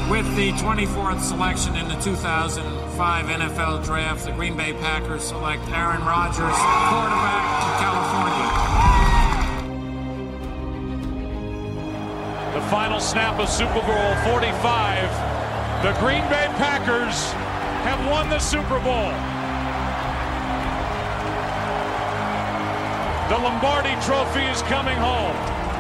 With the 24th selection in the 2005 NFL Draft, the Green Bay Packers select Aaron Rodgers, quarterback of California. The final snap of Super Bowl 45. The Green Bay Packers have won the Super Bowl. The Lombardi Trophy is coming home.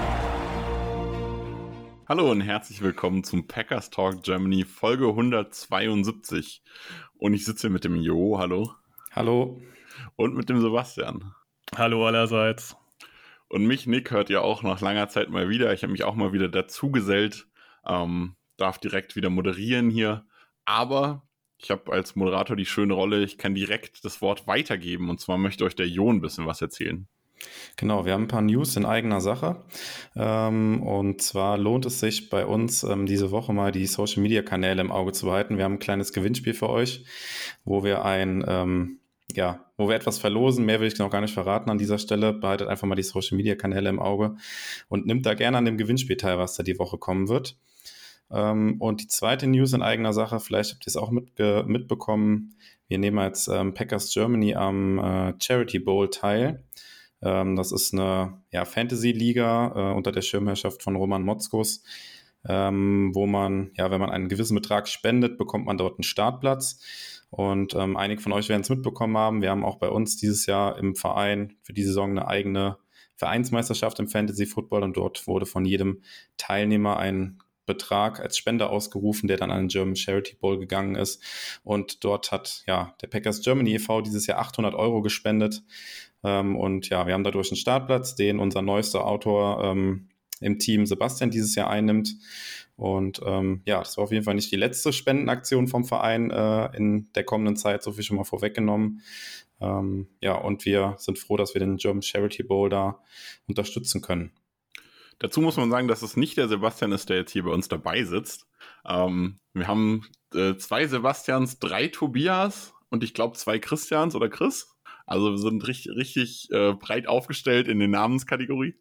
Hallo und herzlich willkommen zum Packers Talk Germany Folge 172. Und ich sitze hier mit dem Jo, hallo. Hallo. Und mit dem Sebastian. Hallo allerseits. Und mich, Nick, hört ihr auch nach langer Zeit mal wieder. Ich habe mich auch mal wieder dazu gesellt. Darf direkt wieder moderieren hier. Aber ich habe als Moderator die schöne Rolle, ich kann direkt das Wort weitergeben. Und zwar möchte euch der Jo ein bisschen was erzählen. Genau, wir haben ein paar News in eigener Sache. Und zwar lohnt es sich bei uns diese Woche mal die Social-Media-Kanäle im Auge zu behalten. Wir haben ein kleines Gewinnspiel für euch, wo wir etwas verlosen. Mehr will ich noch gar nicht verraten an dieser Stelle. Behaltet einfach mal die Social-Media-Kanäle im Auge und nimmt da gerne an dem Gewinnspiel teil, was da die Woche kommen wird. Und die zweite News in eigener Sache, vielleicht habt ihr es auch mitbekommen, wir nehmen als Packers Germany am Charity Bowl teil. Das ist eine Fantasy-Liga unter der Schirmherrschaft von Roman Motzkus, wo man, wenn man einen gewissen Betrag spendet, bekommt man dort einen Startplatz. Und einige von euch werden es mitbekommen haben. Wir haben auch bei uns dieses Jahr im Verein für die Saison eine eigene Vereinsmeisterschaft im Fantasy-Football und dort wurde von jedem Teilnehmer ein Betrag als Spender ausgerufen, der dann an den German Charity Bowl gegangen ist. Und dort hat der Packers Germany e.V. dieses Jahr 800 € gespendet. Und wir haben dadurch einen Startplatz, den unser neuester Autor im Team Sebastian dieses Jahr einnimmt. Und das war auf jeden Fall nicht die letzte Spendenaktion vom Verein in der kommenden Zeit, so viel schon mal vorweggenommen. Und wir sind froh, dass wir den German Charity Bowl da unterstützen können. Dazu muss man sagen, dass es nicht der Sebastian ist, der jetzt hier bei uns dabei sitzt. Wir haben 2 Sebastians, 3 Tobias und ich glaube 2 Christians oder Chris. Also wir sind richtig breit aufgestellt in der Namenskategorie.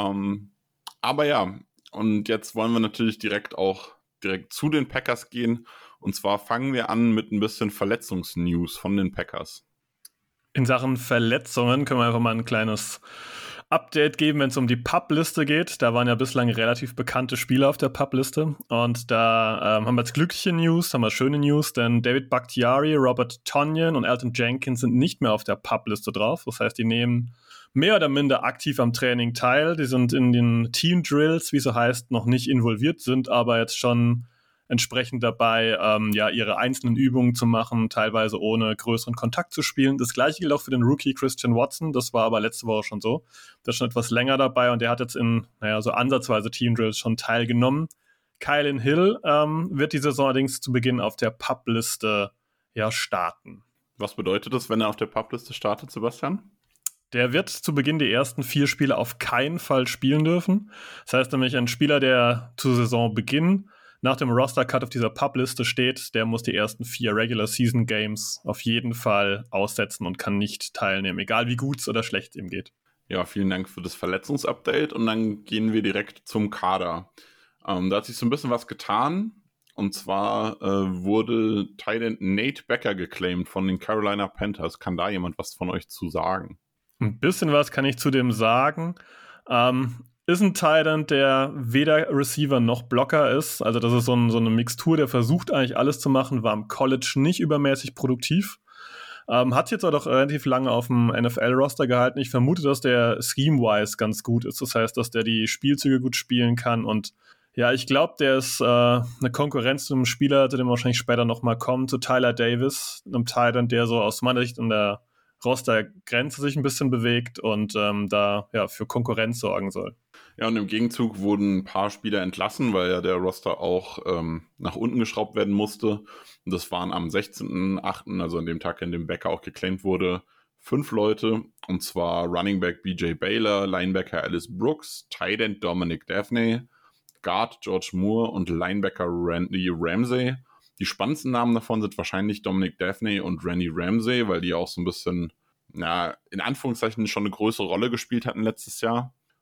Und jetzt wollen wir natürlich direkt zu den Packers gehen. Und zwar fangen wir an mit ein bisschen Verletzungsnews von den Packers. In Sachen Verletzungen können wir einfach mal ein kleines Update geben, wenn es um die PUP-Liste geht. Da waren ja bislang relativ bekannte Spieler auf der PUP-Liste. Und da haben wir jetzt glückliche News, haben wir schöne News, denn David Bakhtiari, Robert Tonyan und Elgton Jenkins sind nicht mehr auf der PUP-Liste drauf. Das heißt, die nehmen mehr oder minder aktiv am Training teil. Die sind in den Team-Drills, wie es so heißt, noch nicht involviert, sind aber jetzt schon entsprechend dabei, ihre einzelnen Übungen zu machen, teilweise ohne größeren Kontakt zu spielen. Das gleiche gilt auch für den Rookie Christian Watson. Das war aber letzte Woche schon so. Der ist schon etwas länger dabei und der hat jetzt in, so ansatzweise Team-Drills schon teilgenommen. Kylin Hill wird die Saison allerdings zu Beginn auf der PUP-Liste starten. Was bedeutet das, wenn er auf der PUP-Liste startet, Sebastian? Der wird zu Beginn die ersten 4 Spiele auf keinen Fall spielen dürfen. Das heißt nämlich, ein Spieler, der zu Saisonbeginn nach dem Roster-Cut auf dieser PUP-Liste steht, der muss die ersten 4 Regular-Season-Games auf jeden Fall aussetzen und kann nicht teilnehmen, egal wie gut es oder schlecht ihm geht. Ja, vielen Dank für das Verletzungsupdate und dann gehen wir direkt zum Kader. Da hat sich so ein bisschen was getan und zwar wurde Tight End Nate Becker geclaimed von den Carolina Panthers. Kann da jemand was von euch zu sagen? Ein bisschen was kann ich zu dem sagen. Ist ein Tight End, der weder Receiver noch Blocker ist. Also das ist so eine Mixtur, der versucht eigentlich alles zu machen, war im College nicht übermäßig produktiv. Hat jetzt auch doch relativ lange auf dem NFL-Roster gehalten. Ich vermute, dass der Scheme-wise ganz gut ist. Das heißt, dass der die Spielzüge gut spielen kann. Und ich glaube, der ist eine Konkurrenz zu einem Spieler, zu dem wir wahrscheinlich später nochmal kommen, zu Tyler Davis, einem Tight End, der so aus meiner Sicht in der Rostergrenze sich ein bisschen bewegt und für Konkurrenz sorgen soll. Ja, und im Gegenzug wurden ein paar Spieler entlassen, weil ja der Roster auch nach unten geschraubt werden musste. Und das waren am 16.08., also an dem Tag, an dem Becker auch geclaimed wurde, 5 Leute. Und zwar Running Back BJ Baylor, Linebacker Alice Brooks, Tight End Dominic Daphne, Guard George Moore und Linebacker Randy Ramsey. Die spannendsten Namen davon sind wahrscheinlich Dominic Daphne und Randy Ramsey, weil die auch so ein bisschen, in Anführungszeichen schon eine größere Rolle gespielt hatten letztes Jahr.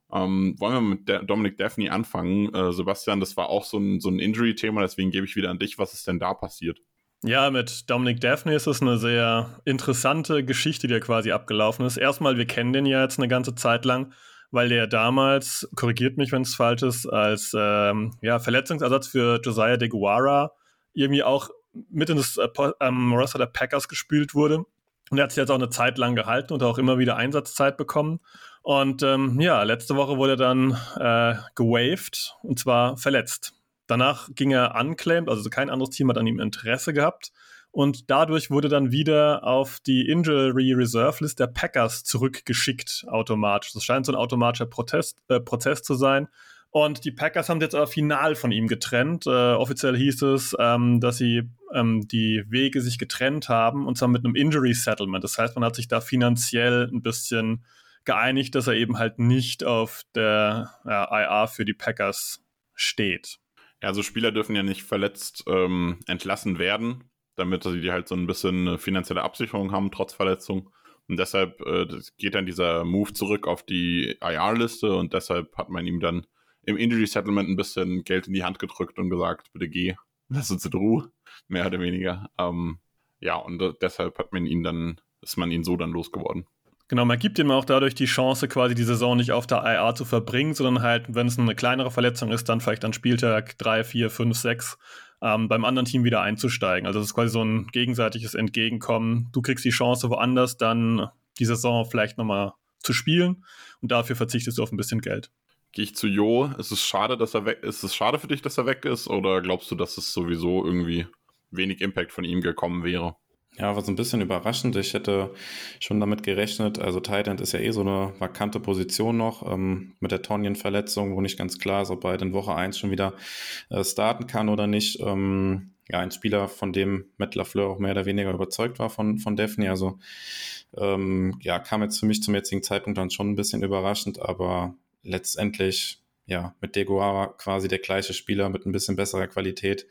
Wollen wir mit Dominic Daphne anfangen? Sebastian, das war auch so ein Injury-Thema, deswegen gebe ich wieder an dich. Was ist denn da passiert? Ja, mit Dominic Daphne ist es eine sehr interessante Geschichte, die ja quasi abgelaufen ist. Erstmal, wir kennen den ja jetzt eine ganze Zeit lang, weil der damals, korrigiert mich, wenn es falsch ist, als Verletzungsersatz für Josiah DeGuara irgendwie auch mit in das Roster der Packers gespült wurde. Und er hat sich jetzt auch eine Zeit lang gehalten und auch immer wieder Einsatzzeit bekommen. Und letzte Woche wurde er dann gewaved, und zwar verletzt. Danach ging er unclaimed, also kein anderes Team hat an ihm Interesse gehabt. Und dadurch wurde dann wieder auf die Injury Reserve List der Packers zurückgeschickt automatisch. Das scheint so ein automatischer Prozess zu sein. Und die Packers haben jetzt aber final von ihm getrennt. Offiziell hieß es, dass sie die Wege sich getrennt haben, und zwar mit einem Injury Settlement. Das heißt, man hat sich da finanziell ein bisschen geeinigt, dass er eben halt nicht auf der IR für die Packers steht. Ja, also Spieler dürfen ja nicht verletzt entlassen werden, damit sie halt so ein bisschen eine finanzielle Absicherung haben, trotz Verletzung. Und deshalb geht dann dieser Move zurück auf die IR-Liste, und deshalb hat man ihm dann im Injury Settlement ein bisschen Geld in die Hand gedrückt und gesagt, bitte geh, lass uns in Ruhe, mehr oder weniger. Und deshalb ist man ihn so dann losgeworden. Genau, man gibt ihm auch dadurch die Chance, quasi die Saison nicht auf der IR zu verbringen, sondern halt, wenn es eine kleinere Verletzung ist, dann vielleicht an Spieltag 3, 4, 5, 6 beim anderen Team wieder einzusteigen. Also das ist quasi so ein gegenseitiges Entgegenkommen. Du kriegst die Chance, woanders dann die Saison vielleicht nochmal zu spielen, und dafür verzichtest du auf ein bisschen Geld. Gehe ich zu Jo. Ist es schade, dass er weg ist? Ist es schade für dich, dass er weg ist? Oder glaubst du, dass es sowieso irgendwie wenig Impact von ihm gekommen wäre? Ja, war so ein bisschen überraschend. Ich hätte schon damit gerechnet, also Tight End ist ja so eine vakante Position noch, mit der Tonyan-Verletzung, wo nicht ganz klar ist, ob er in Woche 1 schon wieder starten kann oder nicht. Ein Spieler, von dem Matt LaFleur auch mehr oder weniger überzeugt war von Daphne. Also kam jetzt für mich zum jetzigen Zeitpunkt dann schon ein bisschen überraschend, aber letztendlich mit DeGuara quasi der gleiche Spieler mit ein bisschen besserer Qualität.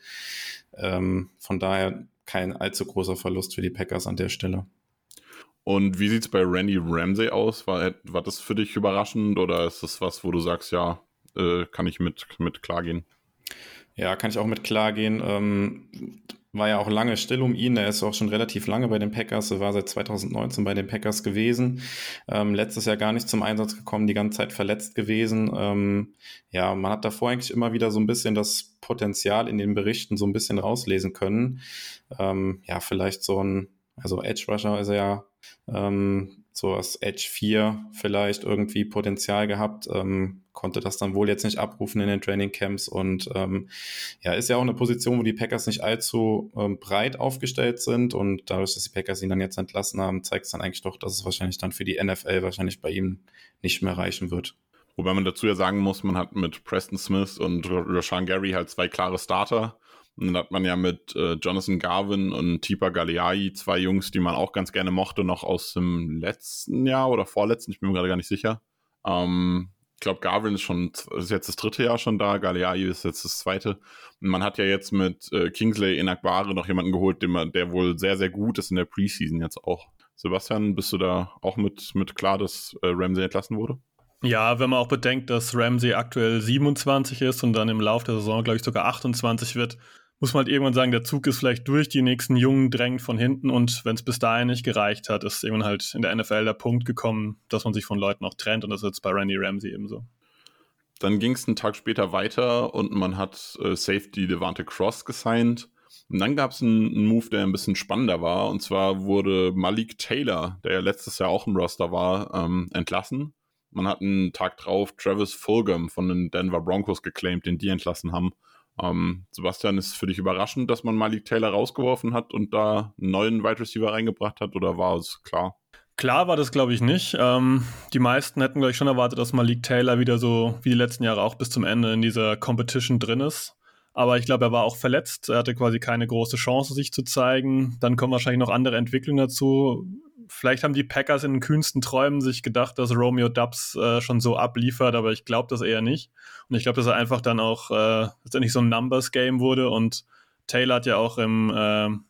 Von daher kein allzu großer Verlust für die Packers an der Stelle. Und wie sieht es bei Randy Ramsey aus? War das für dich überraschend, oder ist das was, wo du sagst, kann ich mit klargehen? Ja, kann ich auch mit klargehen. War ja auch lange still um ihn. Er ist auch schon relativ lange bei den Packers. Er war seit 2019 bei den Packers gewesen. Letztes Jahr gar nicht zum Einsatz gekommen, die ganze Zeit verletzt gewesen. Man hat davor eigentlich immer wieder so ein bisschen das Potenzial in den Berichten so ein bisschen rauslesen können. Vielleicht Edge Rusher ist er ja, so als Edge 4 vielleicht irgendwie Potenzial gehabt, konnte das dann wohl jetzt nicht abrufen in den Trainingcamps, und ist ja auch eine Position, wo die Packers nicht allzu breit aufgestellt sind, und dadurch, dass die Packers ihn dann jetzt entlassen haben, zeigt es dann eigentlich doch, dass es wahrscheinlich dann für die NFL wahrscheinlich bei ihm nicht mehr reichen wird. Wobei man dazu ja sagen muss, man hat mit Preston Smith und Rashan Gary halt zwei klare Starter. Und dann hat man ja mit Jonathan Garvin und Tipa Galeai zwei Jungs, die man auch ganz gerne mochte, noch aus dem letzten Jahr oder vorletzten, ich bin mir gerade gar nicht sicher. Ich glaube, Garvin ist jetzt das 3. Jahr schon da, Galeai ist jetzt das 2. Und man hat ja jetzt mit Kingsley Enagbare noch jemanden geholt, der wohl sehr, sehr gut ist in der Preseason jetzt auch. Sebastian, bist du da auch mit klar, dass Ramsey entlassen wurde? Ja, wenn man auch bedenkt, dass Ramsey aktuell 27 ist und dann im Laufe der Saison, glaube ich, sogar 28 wird, muss man halt irgendwann sagen, der Zug ist vielleicht durch, die nächsten Jungen drängen von hinten, und wenn es bis dahin nicht gereicht hat, ist irgendwann halt in der NFL der Punkt gekommen, dass man sich von Leuten auch trennt, und das ist jetzt bei Randy Ramsey ebenso. Dann ging es einen Tag später weiter und man hat Safety Devante Cross gesigned. Und dann gab es einen Move, der ein bisschen spannender war, und zwar wurde Malik Taylor, der ja letztes Jahr auch im Roster war, entlassen. Man hat einen Tag drauf Travis Fulgham von den Denver Broncos geclaimed, den die entlassen haben. Sebastian, ist es für dich überraschend, dass man Malik Taylor rausgeworfen hat und da einen neuen Wide Receiver reingebracht hat, oder war es klar? Klar war das, glaube ich, nicht. Die meisten hätten, glaube ich, schon erwartet, dass Malik Taylor wieder so wie die letzten Jahre auch bis zum Ende in dieser Competition drin ist. Aber ich glaube, er war auch verletzt. Er hatte quasi keine große Chance, sich zu zeigen. Dann kommen wahrscheinlich noch andere Entwicklungen dazu. Vielleicht haben die Packers in den kühnsten Träumen sich gedacht, dass Romeo Doubs schon so abliefert, aber ich glaube das eher nicht. Und ich glaube, dass er einfach dann auch letztendlich so ein Numbers-Game wurde, und Taylor hat ja auch im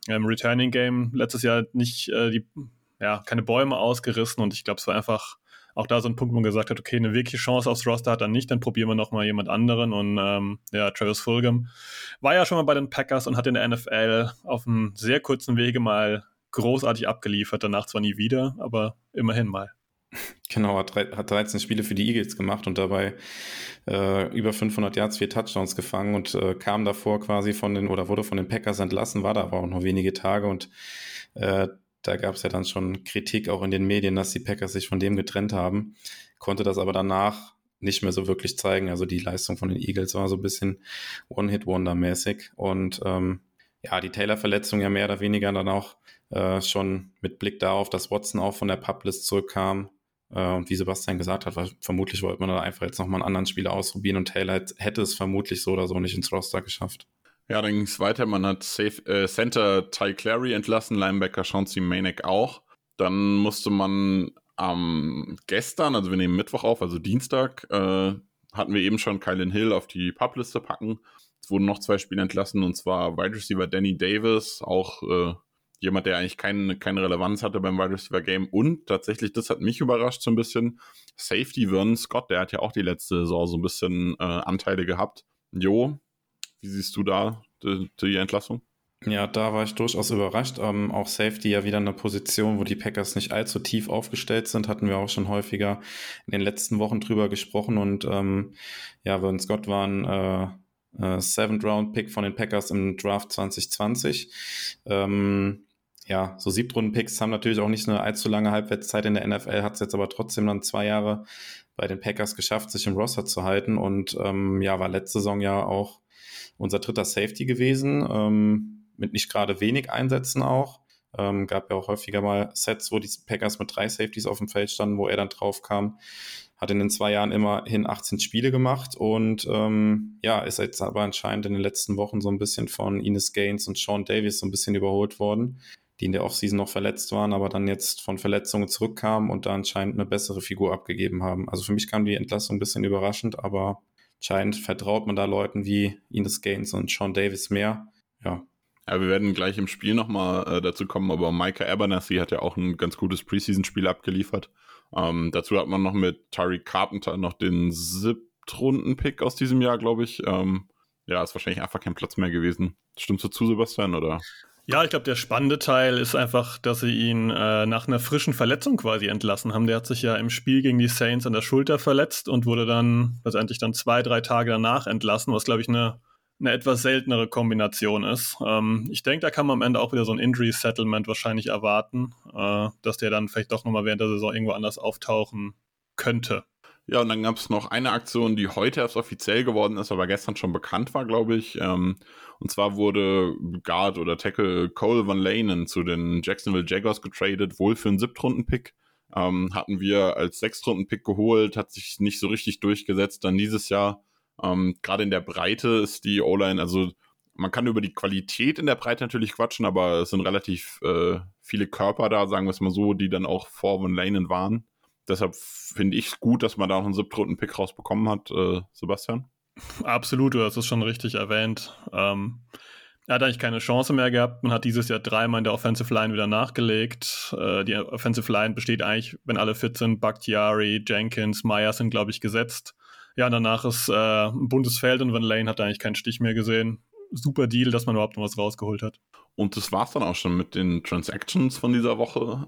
Returning-Game letztes Jahr nicht keine Bäume ausgerissen, und ich glaube, es war einfach auch da so ein Punkt, wo man gesagt hat, okay, eine wirkliche Chance aufs Roster hat er nicht, dann probieren wir nochmal jemand anderen. Und Travis Fulgham war ja schon mal bei den Packers und hat in der NFL auf einem sehr kurzen Wege mal großartig abgeliefert, danach zwar nie wieder, aber immerhin mal. Genau, hat 13 Spiele für die Eagles gemacht und dabei über 500 Yards, 4 Touchdowns gefangen und kam davor quasi wurde von den Packers entlassen, war da aber auch nur wenige Tage und da gab es ja dann schon Kritik auch in den Medien, dass die Packers sich von dem getrennt haben, konnte das aber danach nicht mehr so wirklich zeigen. Also die Leistung von den Eagles war so ein bisschen One-Hit-Wonder-mäßig und die Taylor-Verletzung ja mehr oder weniger dann auch schon mit Blick darauf, dass Watson auch von der Pup-List zurückkam. Und wie Sebastian gesagt hat, vermutlich wollte man da einfach jetzt nochmal einen anderen Spieler ausprobieren und Taylor hätte es vermutlich so oder so nicht ins Roster geschafft. Ja, dann ging es weiter. Man hat Center Ty Clary entlassen, Linebacker Chauncey Manek auch. Dann musste man gestern, also wir nehmen Mittwoch auf, also Dienstag, hatten wir eben schon Kylin Hill auf die Pup-Liste packen. Es wurden noch 2 Spieler entlassen, und zwar Wide Receiver Danny Davis, auch jemand, der eigentlich keine Relevanz hatte beim Wide Receiver Game. Und tatsächlich, das hat mich überrascht so ein bisschen, Safety Vernon Scott, der hat ja auch die letzte Saison so ein bisschen Anteile gehabt. Jo, wie siehst du da die Entlassung? Ja, da war ich durchaus überrascht. Auch Safety ja wieder eine Position, wo die Packers nicht allzu tief aufgestellt sind, hatten wir auch schon häufiger in den letzten Wochen drüber gesprochen. Und Vernon Scott war ein 7th-Round-Pick von den Packers im Draft 2020. So 7th-Runden-Picks haben natürlich auch nicht eine allzu lange Halbwertszeit in der NFL, hat es jetzt aber trotzdem dann 2 Jahre bei den Packers geschafft, sich im Roster zu halten und war letzte Saison ja auch unser 3. Safety gewesen, mit nicht gerade wenig Einsätzen auch. Gab ja auch häufiger mal Sets, wo die Packers mit 3 Safeties auf dem Feld standen, wo er dann drauf kam. Hat in den 2 Jahren immerhin 18 Spiele gemacht und ist jetzt aber anscheinend in den letzten Wochen so ein bisschen von Enes Gaines und Sean Davis so ein bisschen überholt worden, die in der Offseason noch verletzt waren, aber dann jetzt von Verletzungen zurückkamen und da anscheinend eine bessere Figur abgegeben haben. Also für mich kam die Entlassung ein bisschen überraschend, aber anscheinend vertraut man da Leuten wie Enes Gaines und Sean Davis mehr. Ja, wir werden gleich im Spiel nochmal dazu kommen, aber Micah Abernathy hat ja auch ein ganz gutes Preseason-Spiel abgeliefert. Dazu hat man noch mit Tyreek Carpenter noch den 7th-Runden-Pick aus diesem Jahr, glaube ich. Ist wahrscheinlich einfach kein Platz mehr gewesen. Stimmst du zu, Sebastian, oder? Ja, ich glaube, der spannende Teil ist einfach, dass sie ihn nach einer frischen Verletzung quasi entlassen haben. Der hat sich ja im Spiel gegen die Saints an der Schulter verletzt und wurde dann letztendlich 2-3 Tage danach entlassen, was, glaube ich, eine etwas seltenere Kombination ist. Ich denke, da kann man am Ende auch wieder so ein Injury-Settlement wahrscheinlich erwarten, dass der dann vielleicht doch nochmal während der Saison irgendwo anders auftauchen könnte. Ja, und dann gab es noch eine Aktion, die heute erst offiziell geworden ist, aber gestern schon bekannt war, glaube ich. Und zwar wurde Guard oder Tackle Cole Van Lanen zu den Jacksonville Jaguars getradet, wohl für einen 7th-Runden-Pick. Hatten wir als 6th-Runden-Pick geholt, hat sich nicht so richtig durchgesetzt. Dann dieses Jahr, gerade in der Breite ist die O-Line, also man kann über die Qualität in der Breite natürlich quatschen, aber es sind relativ viele Körper da, sagen wir es mal so, die dann auch vor Van Lanen waren. Deshalb finde ich es gut, dass man da noch einen 7th-Runden-Pick rausbekommen hat, Sebastian. Absolut, du hast es schon richtig erwähnt. Er hat eigentlich keine Chance mehr gehabt. Man hat dieses Jahr 3-mal in der Offensive Line wieder nachgelegt. Die Offensive Line besteht eigentlich, wenn alle fit sind, Bakhtiari, Jenkins, Myers sind, glaube ich, gesetzt. Ja, danach ist ein buntes Feld und Van Lanen hat eigentlich keinen Stich mehr gesehen. Super Deal, dass man überhaupt noch was rausgeholt hat. Und das war's dann auch schon mit den Transactions von dieser Woche.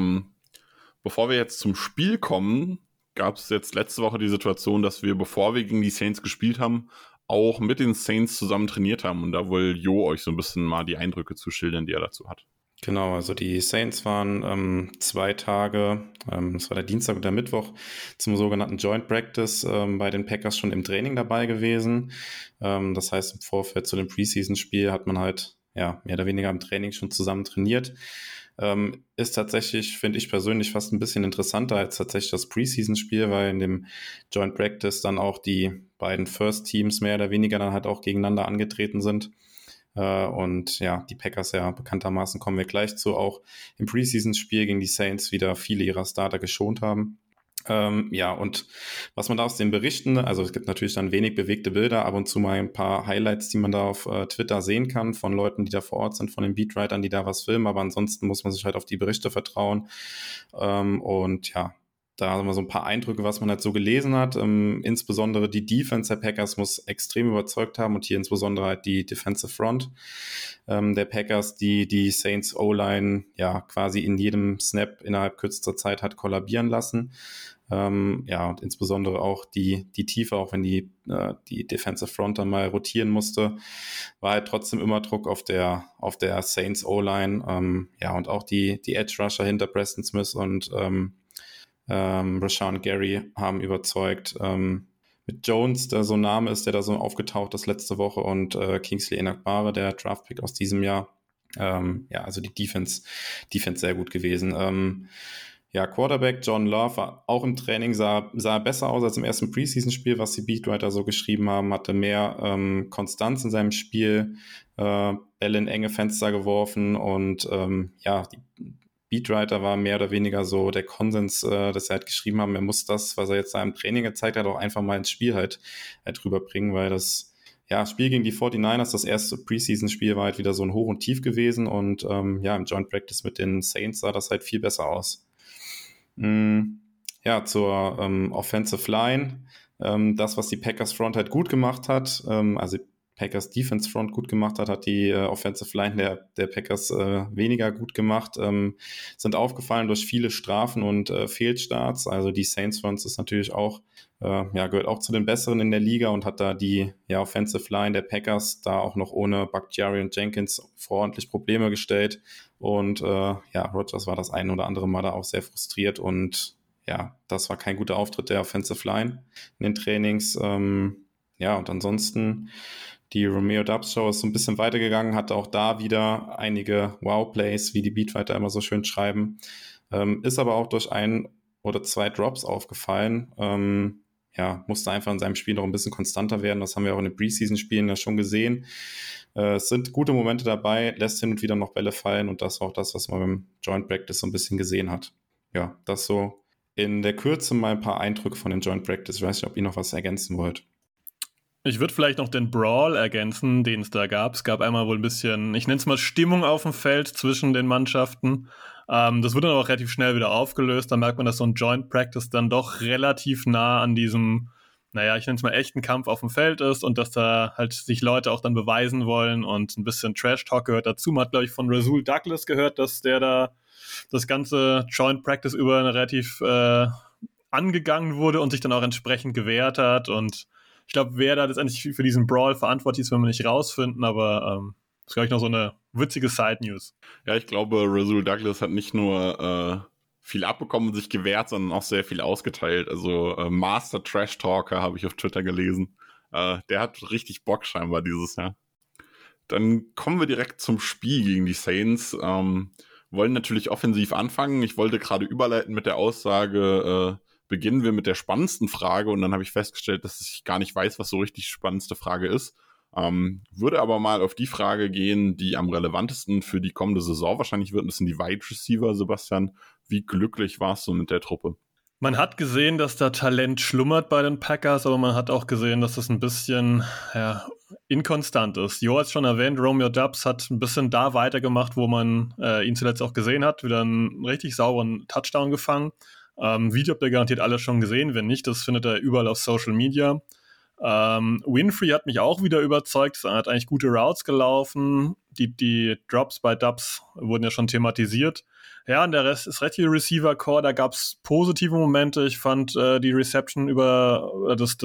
Bevor wir jetzt zum Spiel kommen, gab es jetzt letzte Woche die Situation, dass wir, bevor wir gegen die Saints gespielt haben, auch mit den Saints zusammen trainiert haben. Und da will Jo euch so ein bisschen mal die Eindrücke zu schildern, die er dazu hat. Genau, also die Saints waren 2 Tage, das war der Dienstag und der Mittwoch, zum sogenannten Joint Practice bei den Packers schon im Training dabei gewesen. Das heißt, im Vorfeld zu dem Preseason-Spiel hat man halt mehr oder weniger im Training schon zusammen trainiert. Ist tatsächlich, finde ich persönlich, fast ein bisschen interessanter als tatsächlich das Preseason-Spiel, weil in dem Joint Practice dann auch die beiden First Teams mehr oder weniger dann halt auch gegeneinander angetreten sind. Und ja, die Packers ja bekanntermaßen, kommen wir gleich zu, auch im Preseason-Spiel gegen die Saints wieder viele ihrer Starter geschont haben. Und was man da aus den Berichten, also es gibt natürlich dann wenig bewegte Bilder, ab und zu mal ein paar Highlights, die man da auf Twitter sehen kann, von Leuten, die da vor Ort sind, von den Beatwritern, die da was filmen, aber ansonsten muss man sich halt auf die Berichte vertrauen. Und ja, Da haben wir so ein paar Eindrücke, was man halt so gelesen hat. Insbesondere die Defense der Packers muss extrem überzeugt haben und hier insbesondere halt die Defensive Front der Packers, die Saints O-Line ja quasi in jedem Snap innerhalb kürzester Zeit hat kollabieren lassen. Und insbesondere auch die Tiefe, auch wenn die Defensive Front dann mal rotieren musste, war halt trotzdem immer Druck auf der Saints O-Line. Und auch die Edge Rusher hinter Preston Smith und Rashawn Gary haben überzeugt. Mit Jones, der so ein Name ist, der da so aufgetaucht ist letzte Woche, und Kingsley Enagbare, der Draftpick aus diesem Jahr. Also die Defense sehr gut gewesen. Quarterback John Love war auch im Training, sah besser aus als im ersten Preseason-Spiel, was die Beatwriter so geschrieben haben, hatte mehr Konstanz in seinem Spiel, Bälle in enge Fenster geworfen und die Beatwriter war mehr oder weniger so der Konsens, dass er halt geschrieben haben, er muss das, was er jetzt da im Training gezeigt hat, auch einfach mal ins Spiel halt rüberbringen, weil das Spiel gegen die 49ers, das erste Preseason-Spiel, war halt wieder so ein Hoch und Tief gewesen und im Joint Practice mit den Saints sah das halt viel besser aus. Zur Offensive Line, das, was die Packers Front halt gut gemacht hat, also Packers Defense Front gut gemacht hat die Offensive Line der Packers weniger gut gemacht, sind aufgefallen durch viele Strafen und Fehlstarts. Also die Saints Front ist natürlich auch, gehört auch zu den Besseren in der Liga und hat da die Offensive Line der Packers da auch noch ohne Bakhtiari und Jenkins vor ordentlich Probleme gestellt. Und Rodgers war das ein oder andere Mal da auch sehr frustriert und das war kein guter Auftritt der Offensive Line in den Trainings. Und ansonsten die Romeo Doubs Show ist so ein bisschen weitergegangen, hatte auch da wieder einige Wow-Plays, wie die Beatwriter immer so schön schreiben. Ist aber auch durch 1 oder 2 Drops aufgefallen. Musste einfach in seinem Spiel noch ein bisschen konstanter werden. Das haben wir auch in den Preseason-Spielen ja schon gesehen. Es sind gute Momente dabei, lässt hin und wieder noch Bälle fallen und das war auch das, was man beim Joint Practice so ein bisschen gesehen hat. Ja, das so in der Kürze mal ein paar Eindrücke von den Joint Practice. Ich weiß nicht, ob ihr noch was ergänzen wollt. Ich würde vielleicht noch den Brawl ergänzen, den es da gab. Es gab einmal wohl ein bisschen, ich nenne es mal Stimmung auf dem Feld zwischen den Mannschaften. Das wurde dann auch relativ schnell wieder aufgelöst. Da merkt man, dass so ein Joint Practice dann doch relativ nah an diesem, ich nenne es mal echten Kampf auf dem Feld ist und dass da halt sich Leute auch dann beweisen wollen und ein bisschen Trash-Talk gehört dazu. Man hat, glaube ich, von Rasul Douglas gehört, dass der da das ganze Joint Practice über relativ angegangen wurde und sich dann auch entsprechend gewehrt hat und ich glaube, wer da letztendlich für diesen Brawl verantwortlich ist, werden wir nicht rausfinden, aber das ist, glaube ich, noch so eine witzige Side-News. Ja, ich glaube, Rasul Douglas hat nicht nur viel abbekommen und sich gewehrt, sondern auch sehr viel ausgeteilt. Also Master Trash Talker habe ich auf Twitter gelesen. Der hat richtig Bock scheinbar dieses Jahr. Dann kommen wir direkt zum Spiel gegen die Saints. Wollen natürlich offensiv anfangen. Ich wollte gerade überleiten mit der Aussage, beginnen wir mit der spannendsten Frage und dann habe ich festgestellt, dass ich gar nicht weiß, was so richtig die spannendste Frage ist. Würde aber mal auf die Frage gehen, die am relevantesten für die kommende Saison wahrscheinlich wird. Das sind die Wide Receiver. Sebastian, wie glücklich warst du mit der Truppe? Man hat gesehen, dass da Talent schlummert bei den Packers, aber man hat auch gesehen, dass das ein bisschen inkonstant ist. Jo hat es schon erwähnt, Romeo Doubs hat ein bisschen da weitergemacht, wo man ihn zuletzt auch gesehen hat. Wieder einen richtig sauberen Touchdown gefangen. Video habt ihr garantiert alle schon gesehen, wenn nicht, das findet ihr überall auf Social Media. Winfrey hat mich auch wieder überzeugt, er hat eigentlich gute Routes gelaufen, die Drops bei Doubs wurden ja schon thematisiert. Ja, und der Rest ist recht viel Receiver-Core, da gab es positive Momente, ich fand die Reception über das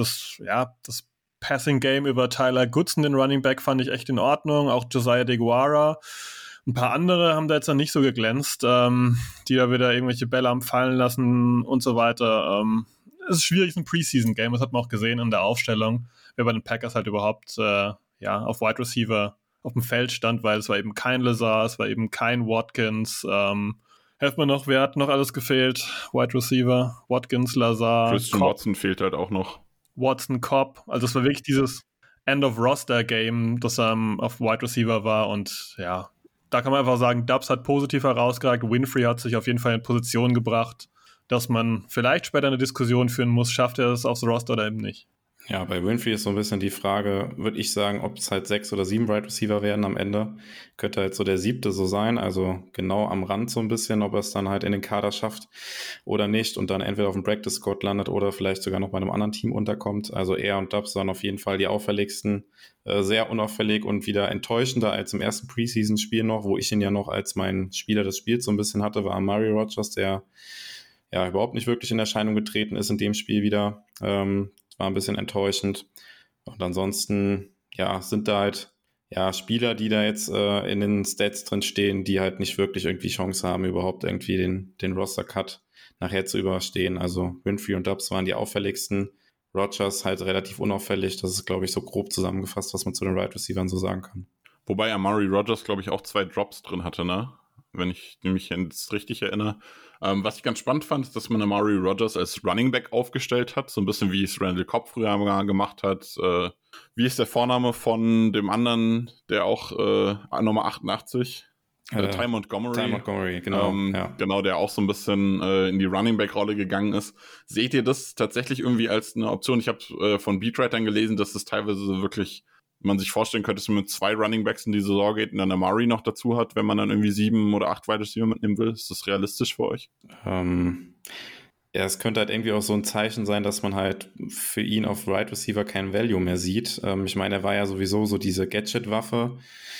Passing-Game über Tyler Goodson, den Running Back, fand ich echt in Ordnung, auch Josiah DeGuara. Ein paar andere haben da jetzt noch nicht so geglänzt, die da wieder irgendwelche Bälle am Fallen lassen und so weiter. Es ist schwierig, ein Preseason-Game, das hat man auch gesehen in der Aufstellung, wer bei den Packers halt überhaupt auf Wide Receiver auf dem Feld stand, weil es war eben kein Lazar, es war eben kein Watkins. Helft mir noch, wer hat noch alles gefehlt? Wide Receiver, Watkins, Lazar, Christian Watson fehlt halt auch noch. Watson, Cobb, also es war wirklich dieses End-of-Roster-Game, das auf Wide Receiver war und ja, da kann man einfach sagen, Doubs hat positiv herausgeragt, Winfrey hat sich auf jeden Fall in Position gebracht, dass man vielleicht später eine Diskussion führen muss, schafft er es aufs Roster oder eben nicht. Ja, bei Winfrey ist so ein bisschen die Frage, würde ich sagen, ob es halt 6 oder 7 Wide Receiver werden am Ende. Könnte halt so der 7. so sein, also genau am Rand so ein bisschen, ob er es dann halt in den Kader schafft oder nicht und dann entweder auf dem Practice Squad landet oder vielleicht sogar noch bei einem anderen Team unterkommt. Also er und Dobbs waren auf jeden Fall die auffälligsten, sehr unauffällig und wieder enttäuschender als im ersten Preseason-Spiel noch, wo ich ihn ja noch als mein Spieler des Spiels so ein bisschen hatte, war Amari Rodgers, der ja überhaupt nicht wirklich in Erscheinung getreten ist in dem Spiel wieder. War ein bisschen enttäuschend. Und ansonsten, ja, sind da halt Spieler, die da jetzt in den Stats drin stehen, die halt nicht wirklich irgendwie Chance haben, überhaupt irgendwie den Roster-Cut nachher zu überstehen. Also Winfrey und Dobbs waren die auffälligsten. Rodgers halt relativ unauffällig. Das ist, glaube ich, so grob zusammengefasst, was man zu den Wide Receivern so sagen kann. Wobei Amari Rodgers, glaube ich, auch 2 Drops drin hatte, ne? Wenn ich mich jetzt richtig erinnere. Was ich ganz spannend fand, ist, dass man Amari Rodgers als Running Back aufgestellt hat. So ein bisschen wie es Randall Cobb früher mal gemacht hat. Wie ist der Vorname von dem anderen, der auch Nummer 88? Ty Montgomery. Ty Montgomery, genau. Genau, der auch so ein bisschen in die Running Back-Rolle gegangen ist. Seht ihr das tatsächlich irgendwie als eine Option? Ich habe von Beatwritern gelesen, dass das teilweise wirklich man sich vorstellen könnte, dass man mit 2 Running Backs in die Saison geht und dann Amari noch dazu hat, wenn man dann irgendwie 7 oder 8 Wide Receiver mitnehmen will. Ist das realistisch für euch? Ja, es könnte halt irgendwie auch so ein Zeichen sein, dass man halt für ihn auf Wide Receiver kein Value mehr sieht. Ich meine, er war ja sowieso so diese Gadget-Waffe.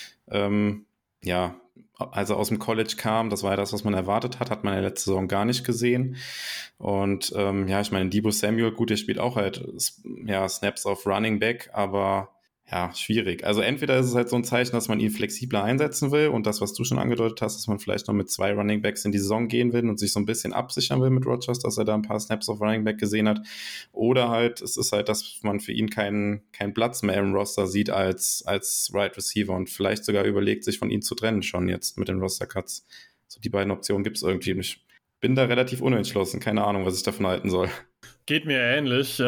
Als er aus dem College kam, das war ja das, was man erwartet hat man ja letzte Saison gar nicht gesehen. Und ich meine, Deebo Samuel, gut, der spielt auch halt Snaps auf Running Back, aber ja, schwierig. Also entweder ist es halt so ein Zeichen, dass man ihn flexibler einsetzen will und das, was du schon angedeutet hast, dass man vielleicht noch mit 2 Running Backs in die Saison gehen will und sich so ein bisschen absichern will mit Rodgers, dass er da ein paar Snaps auf Running Back gesehen hat. Oder halt, es ist halt, dass man für ihn keinen Platz mehr im Roster sieht als Wide Receiver und vielleicht sogar überlegt, sich von ihm zu trennen schon jetzt mit den Roster-Cuts. So die beiden Optionen gibt es irgendwie nicht. Ich bin da relativ unentschlossen. Keine Ahnung, was ich davon halten soll. Geht mir ähnlich.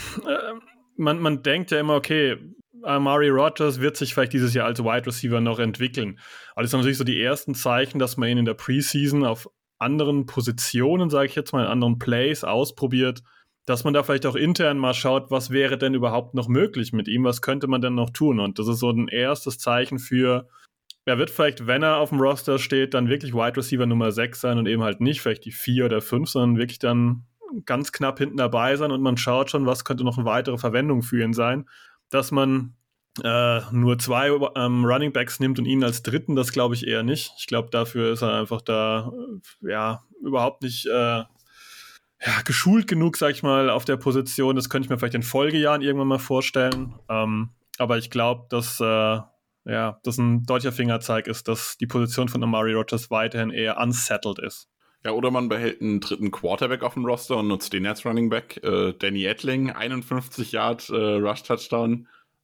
Man denkt ja immer, okay, Amari Rodgers wird sich vielleicht dieses Jahr als Wide Receiver noch entwickeln. Aber das sind natürlich so die ersten Zeichen, dass man ihn in der Preseason auf anderen Positionen, sage ich jetzt mal, in anderen Plays ausprobiert, dass man da vielleicht auch intern mal schaut, was wäre denn überhaupt noch möglich mit ihm, was könnte man denn noch tun? Und das ist so ein erstes Zeichen für, er wird vielleicht, wenn er auf dem Roster steht, dann wirklich Wide Receiver Nummer 6 sein und eben halt nicht vielleicht die 4 oder 5, sondern wirklich dann ganz knapp hinten dabei sein und man schaut schon, was könnte noch eine weitere Verwendung für ihn sein. Dass man nur 2 Running Backs nimmt und ihn als dritten, das glaube ich eher nicht. Ich glaube, dafür ist er einfach da überhaupt nicht geschult genug, sag ich mal, auf der Position. Das könnte ich mir vielleicht in Folgejahren irgendwann mal vorstellen. Aber ich glaube, dass das ein deutlicher Fingerzeig ist, dass die Position von Amari Rodgers weiterhin eher unsettled ist. Ja, oder man behält einen dritten Quarterback auf dem Roster und nutzt den als Running Back. Danny Etling, 51 Yard Rush-Touchdown.